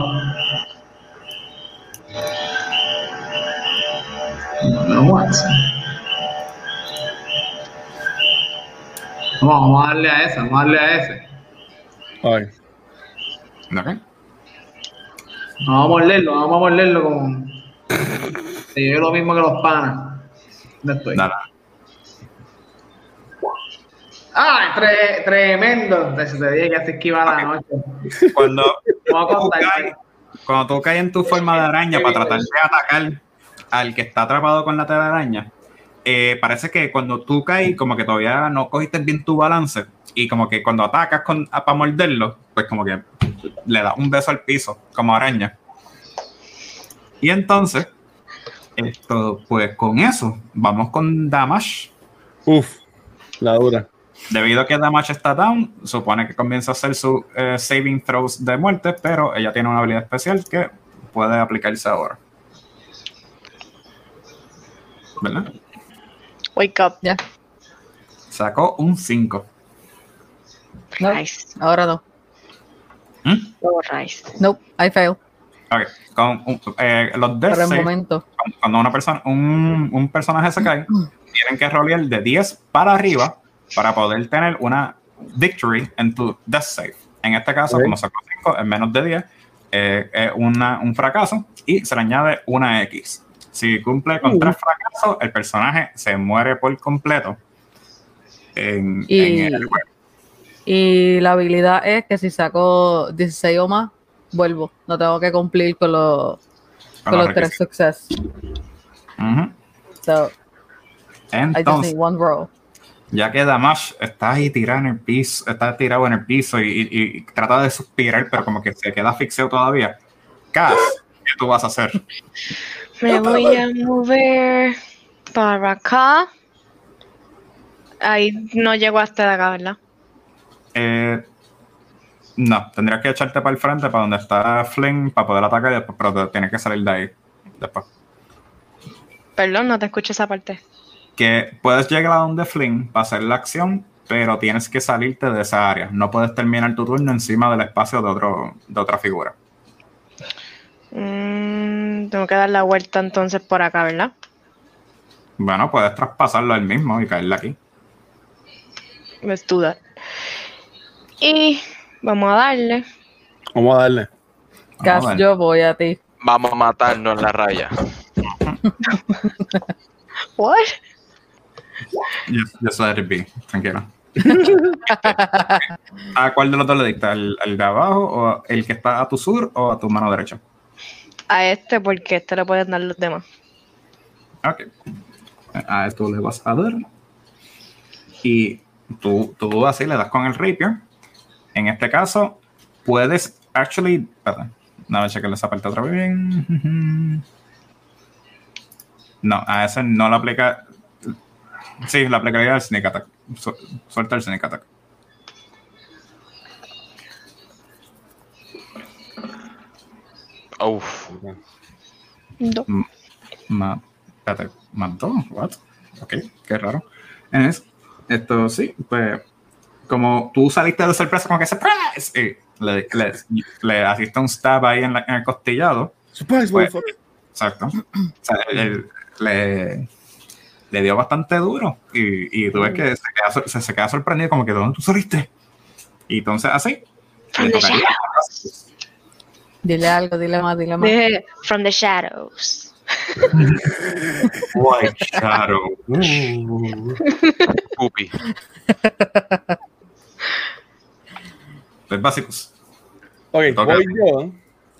No, no, Vamos, vamos a darle a ese, vamos a darle a ese. Ay. ¿Ok? Vamos a morderlo, vamos a morderlo como. Sí, yo lo mismo que los panas. ¿Dónde estoy? Dale. ¡Ah! Tre tremendo. Te, te dije que así esquiva la noche. Cuando, Vamos a tú contar. caes, cuando tú caes en tu forma de araña para tratar de atacar al que está atrapado con la telaraña, eh, parece que cuando tú caes, como que todavía no cogiste bien tu balance, y como que cuando atacas con, para morderlo, pues como que le das un beso al piso, como araña. Y entonces, esto, pues con eso, vamos con Damage. Uf, la dura. Debido a que Damage está down, supone que comienza a hacer sus eh, saving throws de muerte, pero ella tiene una habilidad especial que puede aplicarse ahora. ¿Verdad? Wake up. Ya. Sacó un cinco. No, Nice. ahora no. ¿Mm? Oh, nice. Nope, I fail. Ok. Con un- eh, los death Por el save, momento. cuando una persona, un, un personaje se cae, tienen que rolear de diez para arriba para poder tener una victory en tu death save. En este caso, Ok. como sacó cinco, en menos de diez, eh, es una, un fracaso y se le añade una X. Si cumple con Uh. tres fracasos, el personaje se muere por completo en, Y, en el juego. y la habilidad es que si saco dieciséis o más, vuelvo. No tengo que cumplir con los, con los los tres success. Ujú. So, I just Entonces, need one roll. ya que Damage está ahí tirado en el piso, está tirado en el piso y, y- y trata de suspirar, pero como que se queda asfixiado todavía. Cass, ¿qué tú vas a hacer? Me voy a mover para acá. Ahí no llego hasta acá, ¿verdad? Eh, no, tendrías que echarte para el frente, para donde está Flynn, para poder atacar y después, pero te- tienes que salir de ahí después. Perdón, no te escucho esa parte. Que puedes llegar a donde Flynn para hacer la acción, pero tienes que salirte de esa área. No puedes terminar tu turno encima del espacio de, otro, de otra figura. Mm, tengo que dar la vuelta entonces por acá, ¿verdad? Bueno, puedes traspasarlo él mismo y caerle aquí. Let's do that. Y vamos a darle. Vamos a darle. Cass, Vamos a ver. yo voy a ti. Vamos a matarnos en la raya. What? Just, just let it be, tranquilo. ¿A cuál de los dos le diste? ¿Al, al de abajo o el que está a tu sur o a tu mano derecha? A este porque este le pueden dar los demás. Ok. A esto le vas a dar. Y tú, tú así le das con el rapier. En este caso, puedes actually. Perdón. No, voy a checarle esa parte otra vez bien. No, a ese no lo aplica. Sí, lo aplicaría al Sneak Attack. Su- suelta el Sneak Attack. Uf. No. M- Más, espérate, más dos, what? Ok, qué raro. Es, esto sí, pues, como tú saliste de sorpresa, como que surprise, y le, le, le asiste un stab ahí en, la, en el costillado. Surprise, Pues, motherfucker. exacto. O sea, él- le, le dio bastante duro y, y tú ves que se queda, sor- se, se queda sorprendido, como que ¿dónde tú saliste? Y entonces así. From le the tocaría- shadows. Dile algo, dile más, dile más. Dije, from the shadows. White Shadow. Uh. Pupi. Pues básicos. Ok, Toca. voy yo.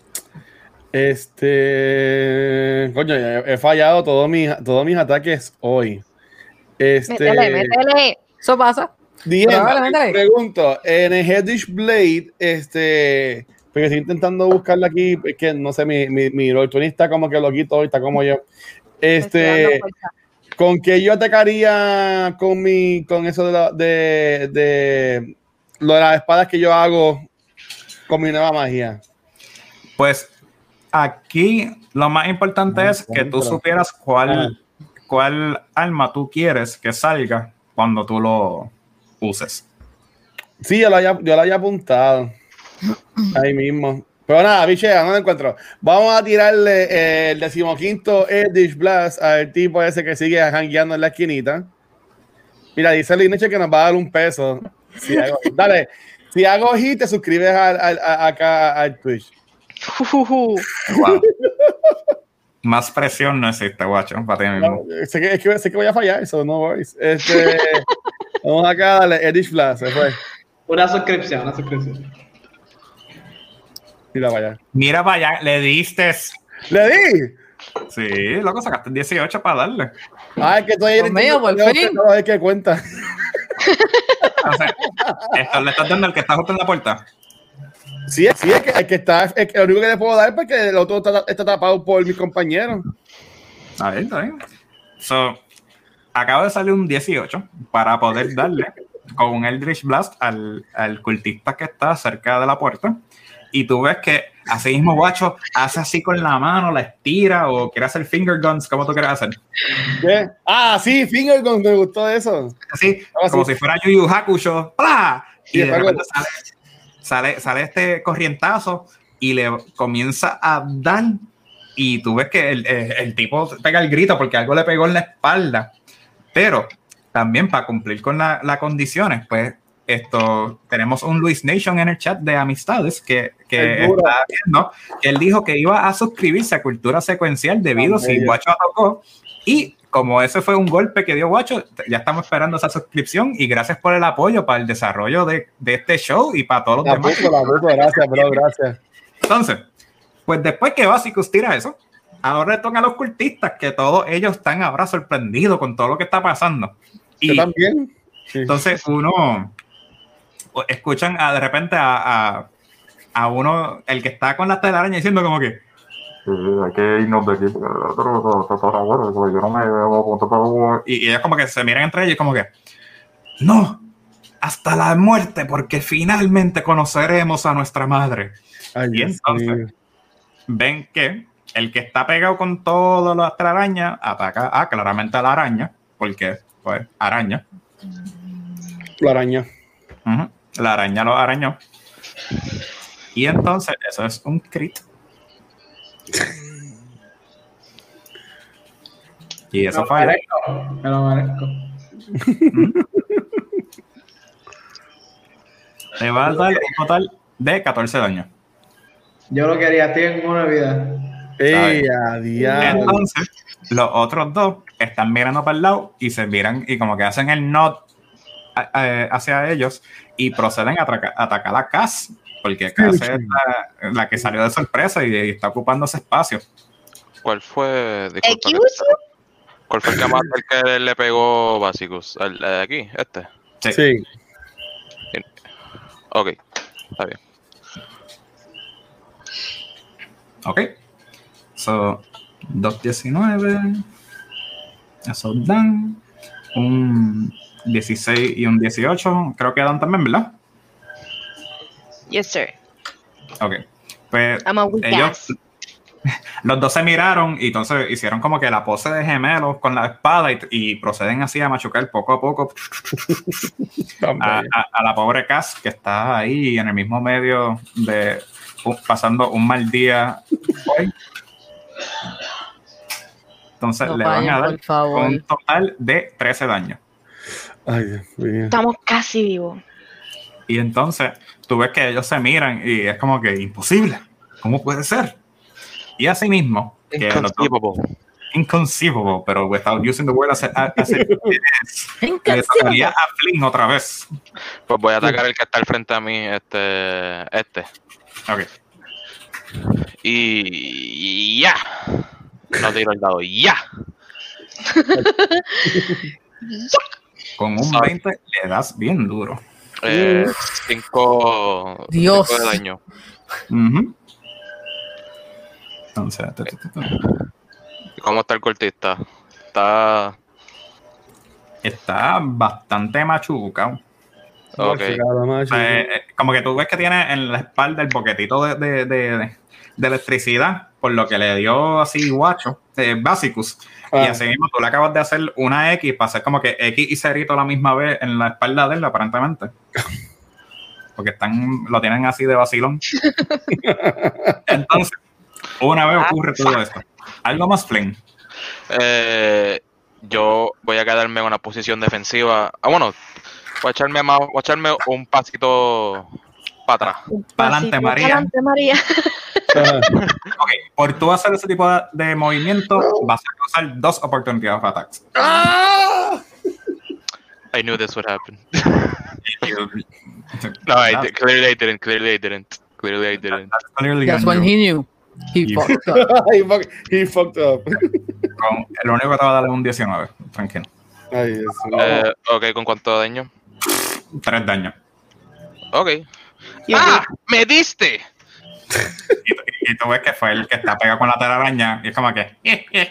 Este. Coño, he, he fallado todos mis, todos mis ataques hoy. Este. Métele, métele. Eso pasa. Diem, Pero vale, métele. pregunto, en el Headish Blade, este, porque estoy intentando buscarla aquí, es que no sé, mi, mi, mi roll twenty está como que loquito, está como yo. Me estoy dando Este, cuenta. ¿con qué yo atacaría con mi, con eso de, la, de, de lo de las espadas que yo hago con mi nueva magia? Pues aquí lo más importante Ah, es que tú pero- supieras cuál, cuál arma tú quieres que salga cuando tú lo uses. Sí, yo lo había, yo lo había apuntado. Ahí mismo. Pero nada, bichea, no lo encuentro. Vamos a tirarle eh, el decimoquinto Edish Blast al tipo ese que sigue jangueando en la esquinita. Mira, dice Lineche que nos va a dar un peso. Si hago, dale, si hago hit, te suscribes al, al- a- acá al Twitch. Ujujú. Wow. Más presión no existe, guacho, para ti mismo. No, sé, que, es que, sé que voy a fallar, eso no worries. Este, vamos acá a darle Edish Blast. Se fue. Una suscripción, una suscripción. Mira, vaya. Mira, vaya, le diste. ¡Le di! Sí, loco, sacaste dieciocho para darle. Ay, que estoy Dios mío, por fin. No sé qué cuenta. O sea, esto le estás dando al que está justo en la puerta. Sí, sí, es que el que está, es que lo único que le puedo dar es porque el otro está, está tapado por mis compañeros. A ver, está bien. So, acaba de salir un dieciocho para poder darle con un Eldritch Blast al, al cultista que está cerca de la puerta. Y tú ves que así mismo, guacho, hace así con la mano, la estira o quiere hacer finger guns, como tú quieres hacer. ¿Qué? Ah, sí, Finger Guns, me gustó eso. Así, Así. como si fuera Yu Yu Hakusho. ¡Plah! Y Sí, de algo- repente sale, sale, sale este corrientazo y le comienza a dar. Y tú ves que el, el, el tipo pega el grito porque algo le pegó en la espalda. Pero también para cumplir con las la condiciones, pues esto tenemos un Luis Nation en el chat de amistades que, que El duro. está viendo. Él dijo que iba a suscribirse a Cultura Secuencial debido Ah, si bello. Guacho tocó. Y como ese fue un golpe que dio Guacho, ya estamos esperando esa suscripción y gracias por el apoyo para el desarrollo de, de este show y para todos los La demás. puso, la puso, gracias, bro, gracias. Entonces, pues después que Basicus tira eso, ahora le toca a los cultistas que todos ellos están ahora sorprendidos con todo lo que está pasando. Yo Y también. Sí. entonces uno escuchan a, de repente a, a, a uno, el que está con la telaraña diciendo como que Sí, hay que irnos de aquí. Pero, pero, pero, pero, bueno, porque yo no me veo con todo. y, y ellos como que se miran entre ellos como que no, hasta la muerte porque finalmente conoceremos a nuestra madre. Ay, Y Dios entonces mío. ven que el que está pegado con todas las telarañas ataca a claramente a la araña, porque pues araña. La araña. Ujú. La araña lo arañó. Y entonces eso es un crit. Y eso Me lo falla. merezco, me lo merezco. Te va a dar un total de catorce daños. Yo lo quería, estoy en una vida. ¡Ey, a diablo! Entonces, los otros dos están mirando para el lado y se miran y como que hacen el nod a- a- hacia ellos y proceden a atraca- a atacar a Cass, porque Cass es la, la que salió de sorpresa y, y está ocupando ese espacio. ¿Cuál fue? Disculpa, Excuse que- ¿Cuál fue el que, más, el que le pegó Basicus? ¿El de aquí? ¿Este? Sí. Sí. Ok, está bien. Ok. So, dos diecinueve. Eso dan. Un dieciséis y un dieciocho. Creo que dan también, ¿verdad? Yes, sir. Ok. Pues I'm a weak ellos, ass. los dos se miraron y entonces hicieron como que la pose de gemelos con la espada y, y proceden así a machucar poco a poco a, a, a la pobre Cass que está ahí en el mismo medio de uh, pasando un mal día hoy. Entonces No le van fallen, a dar por favor. un total de trece daños. Ay, Dios mío. Estamos casi vivos. Y entonces tú ves que ellos se miran y es como que imposible. ¿Cómo puede ser? Y así mismo, que los dos- Inconceivable. inconceivable, pero without using the word as, a- as it is, le tocaría a Flynn otra vez. Pues voy a atacar el que está al frente a mí, este. Este. Ok. Y. ¡Ya! No tiro el dado. ¡Ya! Con un Sorry. veinte le das bien duro. Eh, cinco. Dios. cinco de daño. Ujú. Entonces, tu, tu, tu, tu. ¿Cómo está el cortista? Está. está bastante machucado. Ok. Machacado, O machacado. sea, eh, como que tú ves que tiene en la espalda el boquetito de, de, de, de electricidad, por lo que le dio así guacho, eh, Basicus. Y Ah. así mismo tú le acabas de hacer una X para hacer como que X y cerito a la misma vez en la espalda de él, aparentemente. Porque están, lo tienen así de vacilón. Entonces, una vez ocurre todo esto. Algo más, Flynn. Eh, yo voy a quedarme en una posición defensiva. Ah, bueno, voy a echarme, más, voy a echarme un pasito para atrás. Para adelante, Pasito María. pa'lante, María. Ajá. Ok, por tú hacer ese tipo de, de movimiento, vas a causar dos opportunity of attacks. I knew this would happen. Y- No, I That's- did, clearly I didn't. Clearly I didn't. Clearly I didn't. that's clearly That's on when you. he knew. He You- fucked up. he, fuck- he fucked up. Con- Lo único que te va a dar es un diecinueve, tranquilo. Ay, Dios mío. Eh, ok, ¿con cuánto daño? Tres daños. Ok. ¡Ah! ¡Me diste! Y, tú- y tú ves que fue el que está pegado con la telaraña y es como que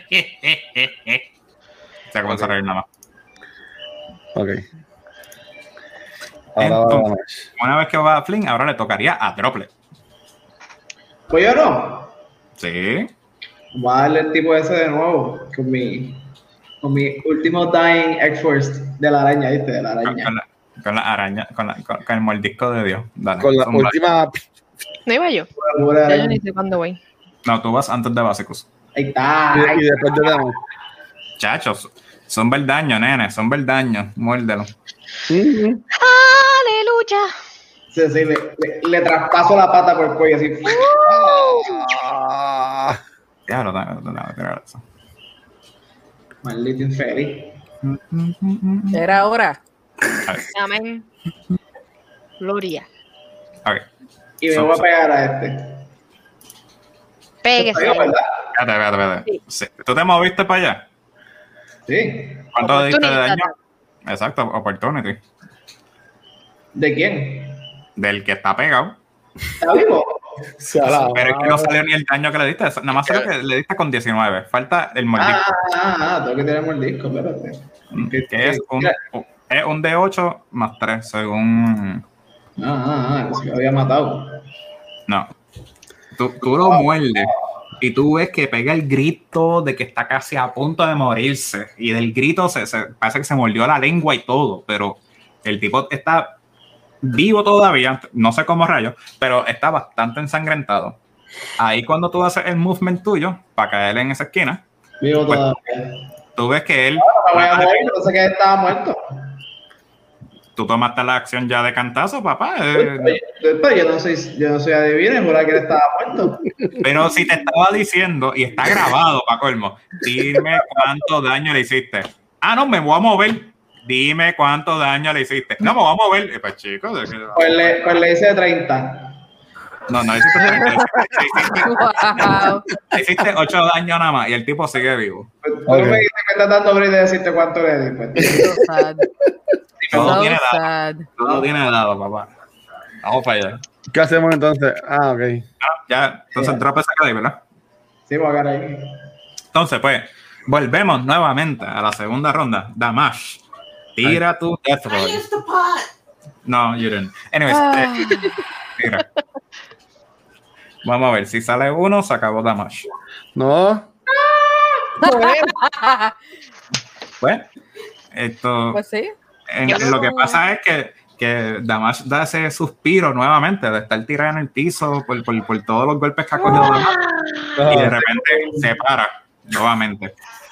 se comienza a reír nada más. Ok. Ahora va Entonces, la match. una vez que va a Flynn, ahora le tocaría a Droplet. Pues yo no. Sí. Voy a darle el tipo ese de nuevo. Con mi, con mi último Dying X-Force de la araña, ¿viste? De la Con, araña. con la, con la araña, con, la, con, con el mordisco de Dios. Dale, Con la zumba. última. No iba yo. Pura Ya yo ni araña. sé cuándo voy. No, tú vas antes de Básicos. Ahí está. Ahí Y después de la. Chachos, son verdaños, nene, son verdaños. Muérdelo. Ujú. ¡Aleluya! Sí, sí, le, le, le traspaso la pata por el cuello así. Ah. Ya lo tengo, lo tengo, tirar eso. Maldito infeliz. Era hora. Amén. Gloria. Ok. Y me So- voy a so- pegar a este. Péguese. ¿Verdad? Espérate, espérate, espérate. Sí. ¿Tú te moviste para allá? Sí. ¿Cuánto diste de Opportunity daño? attack. Exacto, opportunity. ¿De quién? Del que está pegado. ¿Está vivo? Se ha lavado. Pero es que no salió ni el daño que le diste. Nada más salió que le diste con diecinueve. Falta el mordisco. Ah, ah, ah, tengo que tener el disco, espérate. que es un, es un D ocho más tres, según. Ah, ah, ah, se lo había matado. No. Tú, tú lo muerdes y tú ves que pega el grito de que está casi a punto de morirse. Y del grito se, se- parece que se mordió la lengua y todo, pero el tipo está vivo todavía, no sé cómo rayos, pero está bastante ensangrentado. Ahí cuando tú haces el movement tuyo para caer en esa esquina, Vivo Pues, todavía. tú ves que él, Me voy a morir, no sé que estaba muerto. tú tomaste la acción ya de cantazo, papá. eh, Oye, pero yo no soy, yo no soy adivino, juraba que él estaba muerto. Pero si te estaba diciendo, y está grabado, pa' colmo, dime cuánto daño le hiciste. Ah, no, me voy a mover. Dime cuánto daño le hiciste. No, me voy a mover. Y pues, chicos, ¿de qué? Pues le, pues le hice treinta. No, no hiciste treinta, le hiciste, Wow. le hiciste ocho daños nada más y el tipo sigue vivo. Pues, tú Ok. no me dijiste que estás dando break de decirte cuánto le di. Pues. So sad. Todo So tiene dado. sad. Todo tiene dado, papá. Vamos para allá. ¿Qué hacemos entonces? Ah, ok. Ah, ya, entonces Yeah. drop esa cara ahí, ¿verdad? Sí, voy a quedar ahí. Entonces, pues, volvemos nuevamente a la segunda ronda. Damash, tira tu Death Roll. No, you didn't. Anyways, Ah. eh, tira. Vamos a ver, si sale uno, se acabó Damash. No. Pues, esto, Pues sí. en- Yo no- lo que pasa es que, que Damash da ese suspiro nuevamente de estar tirado en el piso por, por, por todos los golpes que ha cogido Damash y de repente se para nuevamente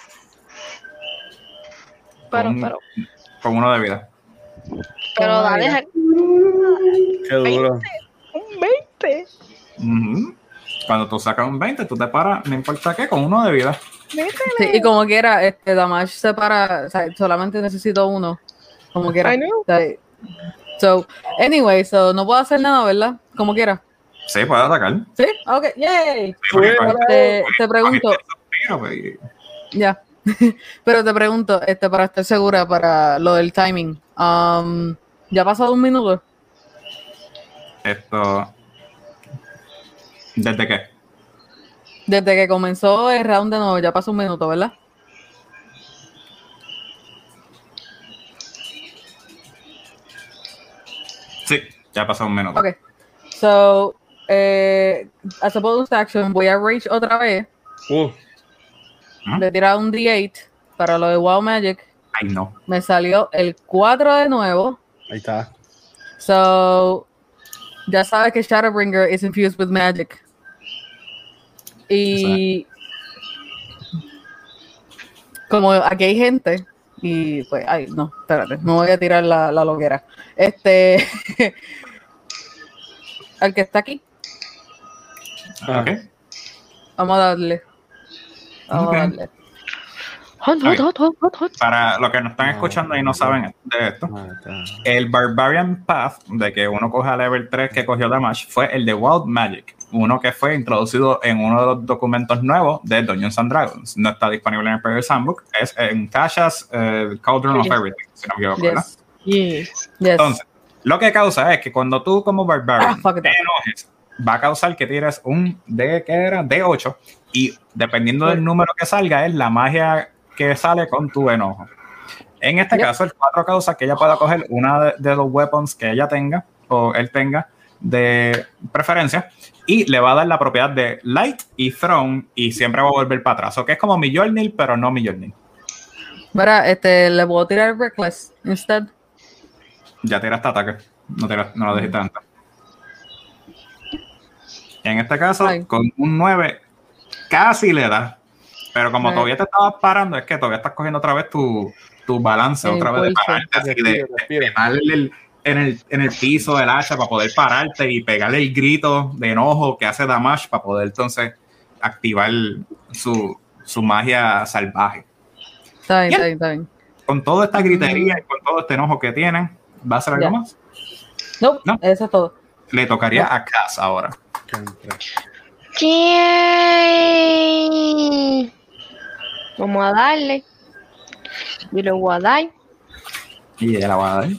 Pero, con, pero, con uno de vida. pero dale Qué duro. un veinte. Ujú. Cuando tú sacas un veinte, tú te paras, no importa qué, con uno de vida. Sí, y como quiera, este Damash se para, o sea, solamente necesito uno. Como quiera. I know. O sea, so, anyway, so no puedo hacer nada, ¿verdad? Como quiera. Sí, puede atacar. ¿Sí? Ok, yay. Sí, porque Fue- cogiste- Te, te pregunto, cogiste el suspiro, pues, y- ya. Pero te pregunto, este, para estar segura para lo del timing. Um, ¿Ya ha pasado un minuto? Esto. ¿Desde qué? Desde que comenzó el round de nuevo, ya pasó un minuto, ¿verdad? Sí, ya pasó un minuto. Ok. So, eh, as a bonus action, voy a Rage otra vez. Uh, ¿Ah? Le tirar un D ocho para lo de Wow Magic. Ay, no. Me salió el cuatro de nuevo. ahí está. So, ya sabes que Shadowbringer is infused with magic. Y como aquí hay gente, y pues, ay, no, espérate, no voy a tirar la, la loquera. Este, al que está aquí, Ah. Ok. vamos a darle. Vamos Ok. a darle. Hot, hot, hot, hot, hot, hot. Para los que nos están escuchando y no saben de esto, Ah, está. el Barbarian Path de que uno coja level tres que cogió Damash fue el de Wild Magic, uno que fue introducido en uno de los documentos nuevos de Dungeons and Dragons. No está disponible en el Player's Handbook, es en Tasha's eh, Cauldron of Everything, si no me equivoco, ¿verdad? Yes. Yes. Entonces, lo que causa es que cuando tú como Barbarian Ah, fuck it te up. enojes, va a causar que tires un D, ¿qué era? D ocho, y dependiendo del número que salga, es la magia que sale con tu enojo. En este Yep. caso, el cuatro causa que ella pueda coger una de, de los weapons que ella tenga, o él tenga, de preferencia, y le va a dar la propiedad de Light y Throne, y siempre va a volver para atrás. O que es como Mjolnir, pero no Mjolnir. Mira, este, le puedo tirar Reckless instead. Ya tiraste ataque. No, tira- no lo dijiste antes. En este caso, Ay. con un nueve, casi le da. Pero como Ay. todavía te estabas parando, es que todavía estás cogiendo otra vez tu, tu balance, El otra vez de impulso. pararte así, de, Respira, de respira. darle el- en, el, en el piso del hacha para poder pararte y pegarle el grito de enojo que hace Damash para poder entonces activar su, su magia salvaje. Está bien, Bien. está bien, está bien. Con toda esta gritería y con todo este enojo que tienen, ¿va a hacer algo Ya. más? Nope, No. eso es todo. Le tocaría a Cass ahora. ¿Quién? Vamos a darle. Yo le voy a dar. Y ella la va a dar.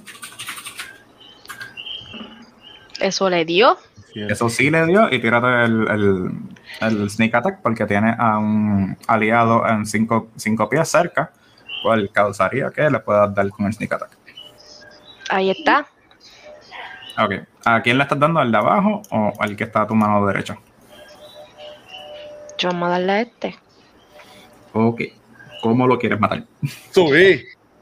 Eso le dio. Eso sí le dio. Y tírate el, el, el sneak attack porque tiene a un aliado en cinco, cinco pies cerca, cual causaría que le puedas dar con el sneak attack. Ahí está. Ok. ¿A quién le estás dando? ¿Al de abajo o al que está a tu mano derecha? Yo vamos a darle a este. Ok. ¿Cómo lo quieres matar? Subí.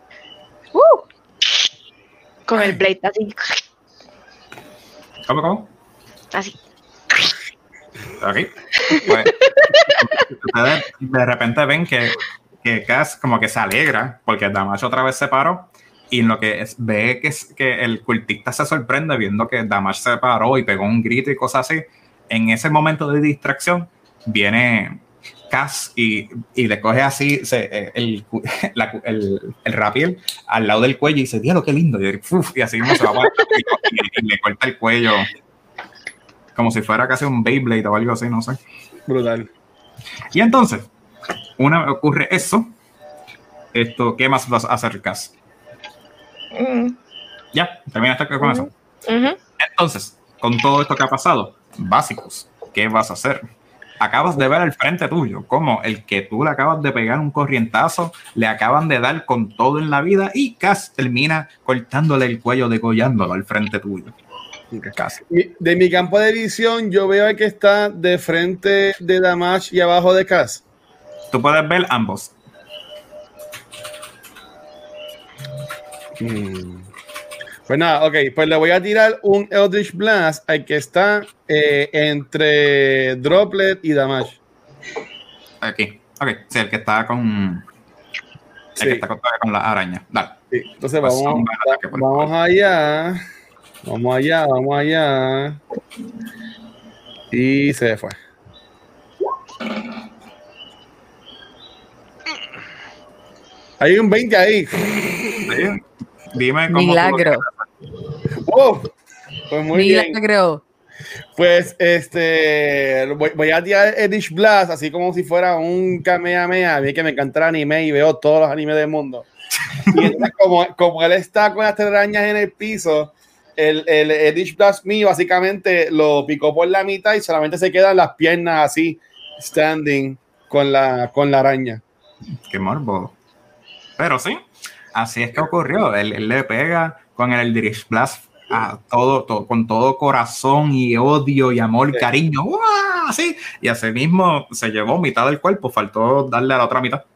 Con el blade así. ¿Cómo, cómo? Así. Ok. Pues, ustedes de repente ven que, que Cass como que se alegra porque Damash otra vez se paró y en lo que es- ve que, es- que el cultista se sorprende viendo que Damash se paró y pegó un grito y cosas así. En ese momento de distracción viene Cass y, y le coge así se- el, la- el, el rapier al lado del cuello y dice, diablo, qué lindo. Y, uf, y así mismo se va para atrás y, y- y le corta el cuello como si fuera casi un Beyblade o algo así, no sé. Brutal. Y entonces, una vez ocurre eso, esto, ¿qué más vas a hacer, Cass? Mm, Ya, terminaste con eso. ujú. Entonces, con todo esto que ha pasado, básicos, ¿qué vas a hacer? Acabas de ver al frente tuyo como el que tú le acabas de pegar un corrientazo, le acaban de dar con todo en la vida y Cass termina cortándole el cuello, degollándolo al frente tuyo. Casi. De mi campo de visión, yo veo que está de frente de Damage y abajo de Cass. Tú puedes ver ambos. Hmm. Pues nada, ok, pues le voy a tirar un Eldritch Blast al que está eh, entre Droplet y Damage. Aquí, ok, sí, el que está con. El Sí. que está con, con la araña. Dale. Sí, entonces Pues vamos, son buenos ataques por vamos favor. allá. Vamos allá, vamos allá. Y se fue. Hay un veinte ahí. Sí. Dime cómo. tú lo Milagro. quieres. ¡Wow! Pues muy bien. Milagro. Pues este voy, voy a tirar el Dish Blast así como si fuera un Kamehameha. A mí que me encanta el anime y veo todos los animes del mundo. Y entonces, como, como él está con las telarañas en el piso, el, el, el Dish Blast mío básicamente lo picó por la mitad y solamente se quedan las piernas así, standing con la, con la araña. Qué morbo. Pero sí, así es que ocurrió. Él, él le pega con el Eldritch Blast a todo, todo, con todo corazón y odio y amor, Sí. cariño. ¡Uah! Así. Y así mismo se llevó mitad del cuerpo, faltó darle a la otra mitad.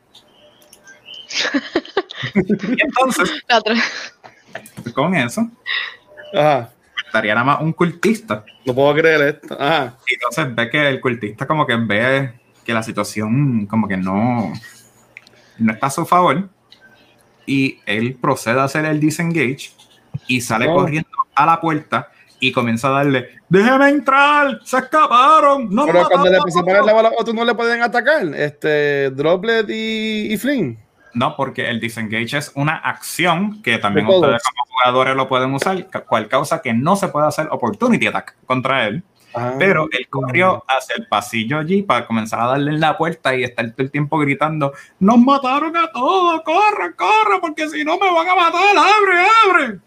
Y entonces, La otra- con eso, Ajá, estaría nada más un cultista. no puedo creer esto. Ajá. Y entonces ve que el cultista como que ve que la situación como que no, no está a su favor. Y él procede a hacer el disengage y sale Oh. corriendo a la puerta y comienza a darle, ¡déjeme entrar! ¡Se escaparon! ¡No Pero cuando le mataron! separan la bala, otros no le pueden atacar. Este, Droplet y, y Flynn. No, porque el disengage es una acción que también De todos. ustedes como jugadores lo pueden usar, ca- cual causa que no se puede hacer opportunity attack contra él. Ah. Pero él corrió hacia el pasillo allí para comenzar a darle en la puerta y estar todo el tiempo gritando, ¡nos mataron a todos! ¡Corre, corre! Porque si no me van a matar. ¡Abre, abre!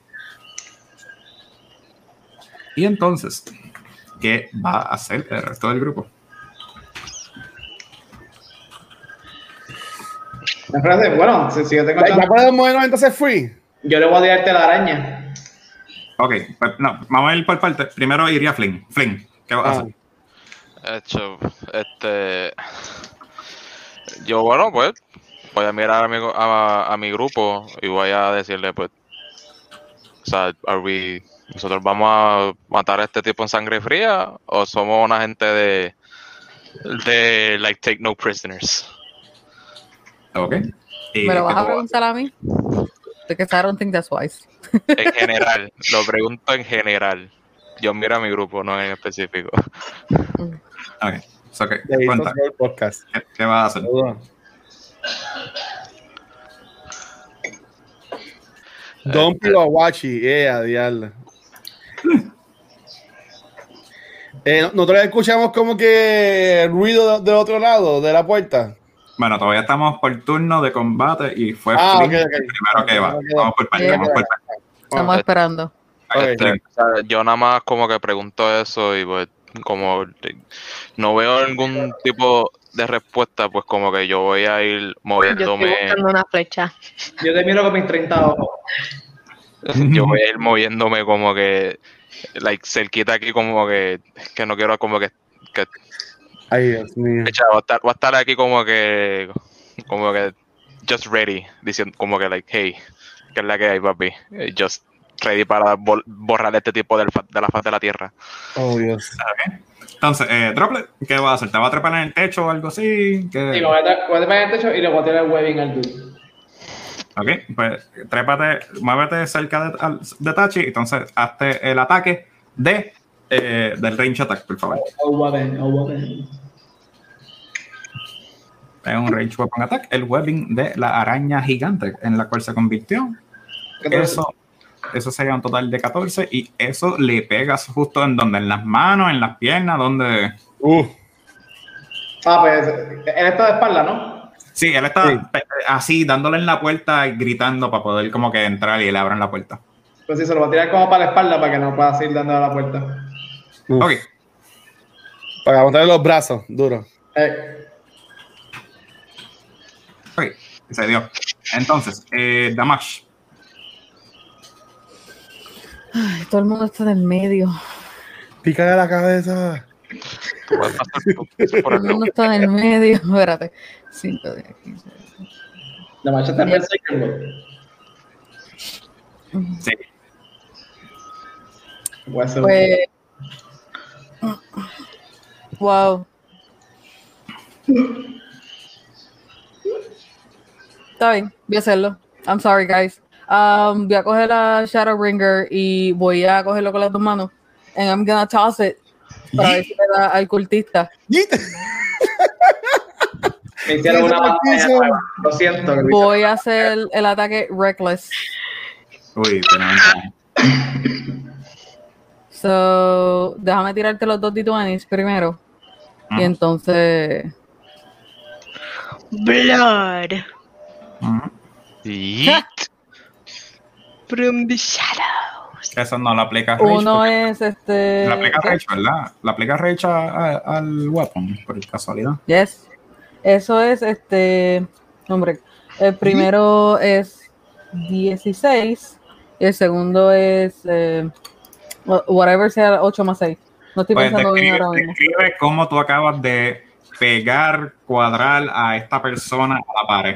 Y entonces, ¿qué va a hacer el resto del grupo? Me parece, bueno, si, si yo tengo Ya, ya chance, podemos movernos entonces free. yo le voy a tirarte la araña. Ok, pues, no, vamos a ir por parte. Primero iría Flynn. Flynn, ¿qué vas a Ah. hacer? Hecho, este. Yo, bueno, pues, voy a mirar a mi, a, a mi grupo y voy a decirle, pues, o sea, are we, nosotros vamos a matar a este tipo en sangre fría o somos una gente de, de, like, take no prisoners. Ok. Y, ¿Me lo ¿qué tú vas a vas preguntar a mí? Because I don't think that's wise. En general, lo pregunto en general. Yo miro a mi grupo, no en específico. a hacer? Ok, so, okay. De ahí Cuenta, todo el podcast. ¿qué, qué vas a hacer? Saludos. Don Piwawachi, eh, a diablo. Eh, nosotros escuchamos como que ruido de- del otro lado de la puerta. Bueno, todavía estamos por turno de combate y fue Ah, Flynn ok, ok. el primero que va. Ok, Vamos por parte, ok. vamos por parte. Estamos Ah, esperando. Ok. Este, o sea, yo nada más como que pregunto eso y pues como no veo ningún tipo de respuesta, pues como que yo voy a ir Yo estoy moviéndome, buscando una flecha. Yo te miro con mis treinta ojos. yo voy a ir moviéndome como que like cerquita aquí como que que no quiero como que, que Ay, Dios mío. echa, voy a estar, voy a estar aquí como que como que just ready, diciendo como que like hey, que es la que hay, papi, Eh, just ready para bol- borrar este tipo del fa- de la faz de la tierra. Oh, Dios. Entonces, eh, Droplet, ¿qué vas a hacer? ¿Te vas a trepar en el techo o algo así? ¿Qué? Y me voy a tra- voy a trepar en el techo y le voy a tirar el webbing al dude. Ok, pues trépate, muévete cerca de, al- de Tachi, entonces hazte el ataque de, eh, del range attack, por favor. Oh, webbing, oh, webbing. Es un range weapon attack, el webbing de la araña gigante en la cual se convirtió. Eso, eso sería un total de catorce y eso le pegas justo en donde, en las manos, en las piernas, donde... Uh, Ah, pues él está de espalda, ¿no? Sí, él está Sí. pe- así dándole en la puerta y gritando para poder como que entrar y le abran la puerta. Pues sí, se lo voy a tirar como para la espalda para que no pueda seguir dando a la puerta. Uf. Ok. Para aguantar los brazos, duro. Eh, Ok, se dio. Entonces, eh, Damash. Ay, todo el mundo está en el medio. Pícale la cabeza. Tú puedes pasar por- por Todo el el mundo está en el medio. Espérate. cinco, diez, quince. la marcha está en el Circle. Sí. Voy a hacer Pues. Wow. Está bien, voy a hacerlo. I'm sorry, guys. Um, voy a coger la Shadowbringer y voy a cogerlo con las dos manos. And I'm gonna toss it para ver si le da al cultista. Me hicieron una pantalla nueva. Lo siento. que me Voy a hacer el ataque Reckless. Uy, tenemos. So, déjame tirarte los dos D veinte primero. Ah. Y entonces. Blood Y from the shadows. Eso no lo aplica Rage. Uno porque- es este. La aplica Rage, ¿verdad? La aplica Rage a- a- al weapon, por casualidad. Yes. Eso es este. Hombre. El primero es dieciséis. Y el segundo es. Eh, wha- whatever sea ocho más seis. No estoy Pues pensando bien describe, ahora mismo. describe cómo tú acabas de pegar, cuadrar a esta persona a la pared.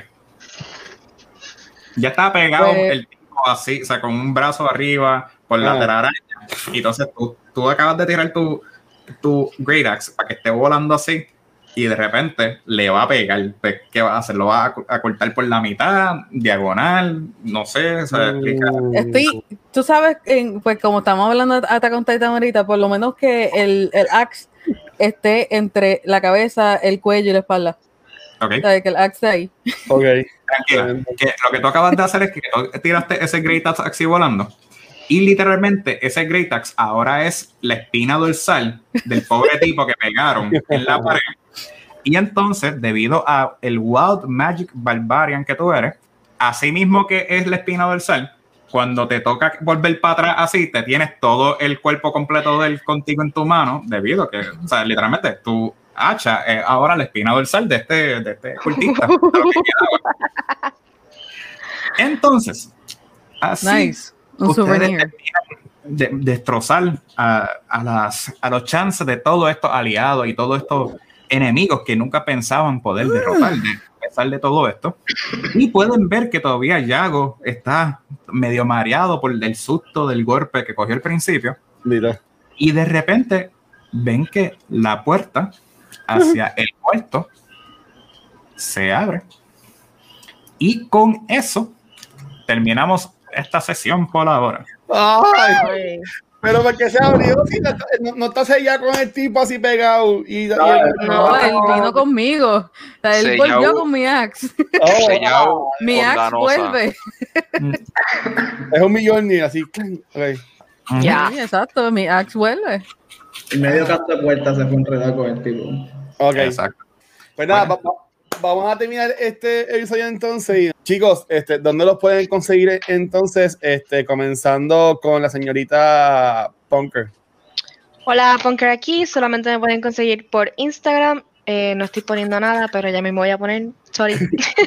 Ya está pegado Pues- el tipo así, o sea, con un brazo arriba por la Ah. telaraña. Y entonces tú, tú acabas de tirar tu, tu Great Axe para que esté volando así y de repente le va a pegar. Pues, ¿qué va a hacer? ¿Lo va a, a cortar por la mitad? ¿Diagonal? No sé, se explica. Estoy, tú sabes, en- pues como estamos hablando de Attack on Titan ahorita, por lo menos que el, el axe esté entre la cabeza, el cuello y la espalda. Ok, O sea, que el axe esté ahí. Ok. tranquila. Que lo que tú acabas de hacer es que tú tiraste ese Great Axe así volando. Y literalmente ese Great Axe ahora es la espina dorsal del pobre tipo que pegaron en la pared. Y entonces, debido a el Wild Magic Barbarian que tú eres, así mismo que es la espina dorsal, cuando te toca volver para atrás así, te tienes todo el cuerpo completo del contigo en tu mano, debido a que, o sea, literalmente tu hacha es ahora la espina dorsal de este, de este cultista. de lo que queda. Entonces, así Nice. Un ustedes souvenir. terminan de destrozar a, a, las, a los chances de todos estos aliados y todos estos enemigos que nunca pensaban poder derrotar, de, a pesar de todo esto. Y pueden ver que todavía Yago está medio mareado por el susto del golpe que cogió al principio. Mira. Y de repente ven que la puerta hacia el cuarto se abre. Y con eso terminamos esta sesión por ahora. Ay, Ay, pero porque se abrió, si no, no, no está sellado con el tipo así pegado. Y, y- No, él vino conmigo. O sea, él Sellado. volvió con mi axe. Oh, sellado Mi con axe ganosa. vuelve. es un millón ni así. Okay. ya. Sí, exacto, mi axe vuelve. Y medio canto de puerta se fue enredado con el tipo. Ok. Exacto. Pues nada, Bueno. va- va- vamos a terminar este episodio entonces. Y, chicos, este, ¿dónde los pueden conseguir entonces? Este, comenzando con la señorita Punker. Hola, Punker aquí. Solamente me pueden conseguir por Instagram. Eh, no estoy poniendo nada, pero ya me voy a poner. Sorry.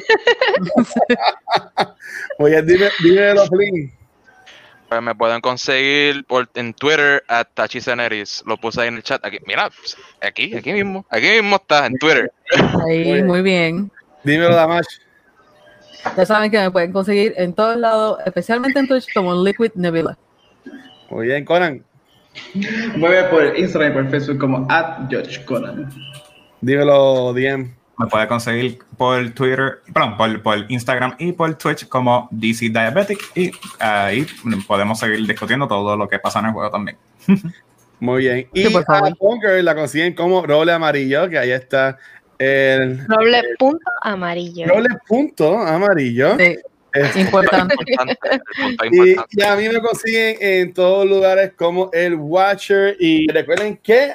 Oye, dime, dímelo, Flynn. Pues me pueden conseguir por, en Twitter a Tachiceneris. Lo puse ahí en el chat. Aquí, mira, aquí, aquí mismo. Aquí mismo está, en Twitter. Ahí, muy bien. Dímelo, Damash. Ya saben que me pueden conseguir en todos lados, especialmente en Twitch, como Liquid Nebula. Muy bien, Conan. Mueve por Instagram y por Facebook como at George Conan. Dímelo, D M. Me puede conseguir por Twitter, perdón, por, por Instagram y por Twitch como D C Diabetic y ahí podemos seguir discutiendo todo lo que pasa en el juego también. Muy bien. Y Sí, por favor. a Punker la consiguen como roble amarillo, que ahí está el Doble punto amarillo. roble punto amarillo. Sí, Este, importante. Importante, el punto Y, importante. y a mí me consiguen en todos lugares como el Watcher. Y recuerden que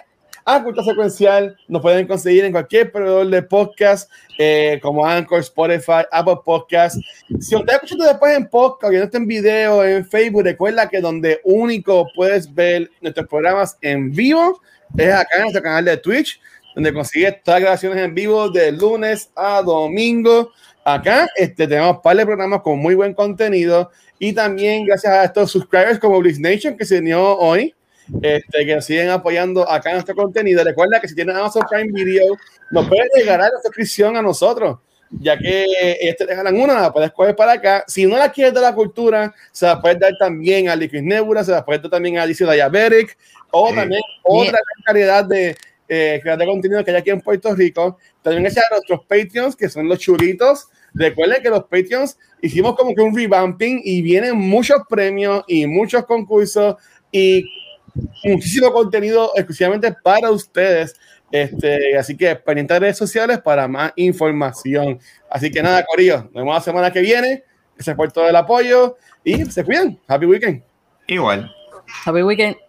a Cultura Secuencial. Nos pueden conseguir en cualquier proveedor de podcast, eh, como Anchor, Spotify, Apple Podcasts. Si usted escuchando después en podcast, viendo este en video, en Facebook, recuerda que donde único puedes ver nuestros programas en vivo es acá en nuestro canal de Twitch, donde consigues todas las grabaciones en vivo de lunes a domingo. Acá este, tenemos un par de programas con muy buen contenido y también gracias a estos subscribers como Blitz Nation que se unió hoy, este, que nos siguen apoyando acá en nuestro contenido. Recuerda que si tienes Amazon Prime Video, nos puedes regalar la suscripción a nosotros, ya que ellos te regalan una, la puedes coger para acá. Si no la quieres de la cultura, se la puedes dar también a Liquid Nebula, se la puedes dar también a Dice Diabetic, o Sí. también otra calidad de eh, creador de contenido que hay aquí en Puerto Rico. También gracias a nuestros Patreons, que son los churitos. Recuerden que los Patreons hicimos como que un revamping y vienen muchos premios y muchos concursos y muchísimo contenido exclusivamente para ustedes. Este, así que pendiente de redes sociales para más información. Así que nada, corillo, nos vemos la semana que viene. Gracias por todo el apoyo y se cuidan. Happy weekend. Igual. Happy weekend.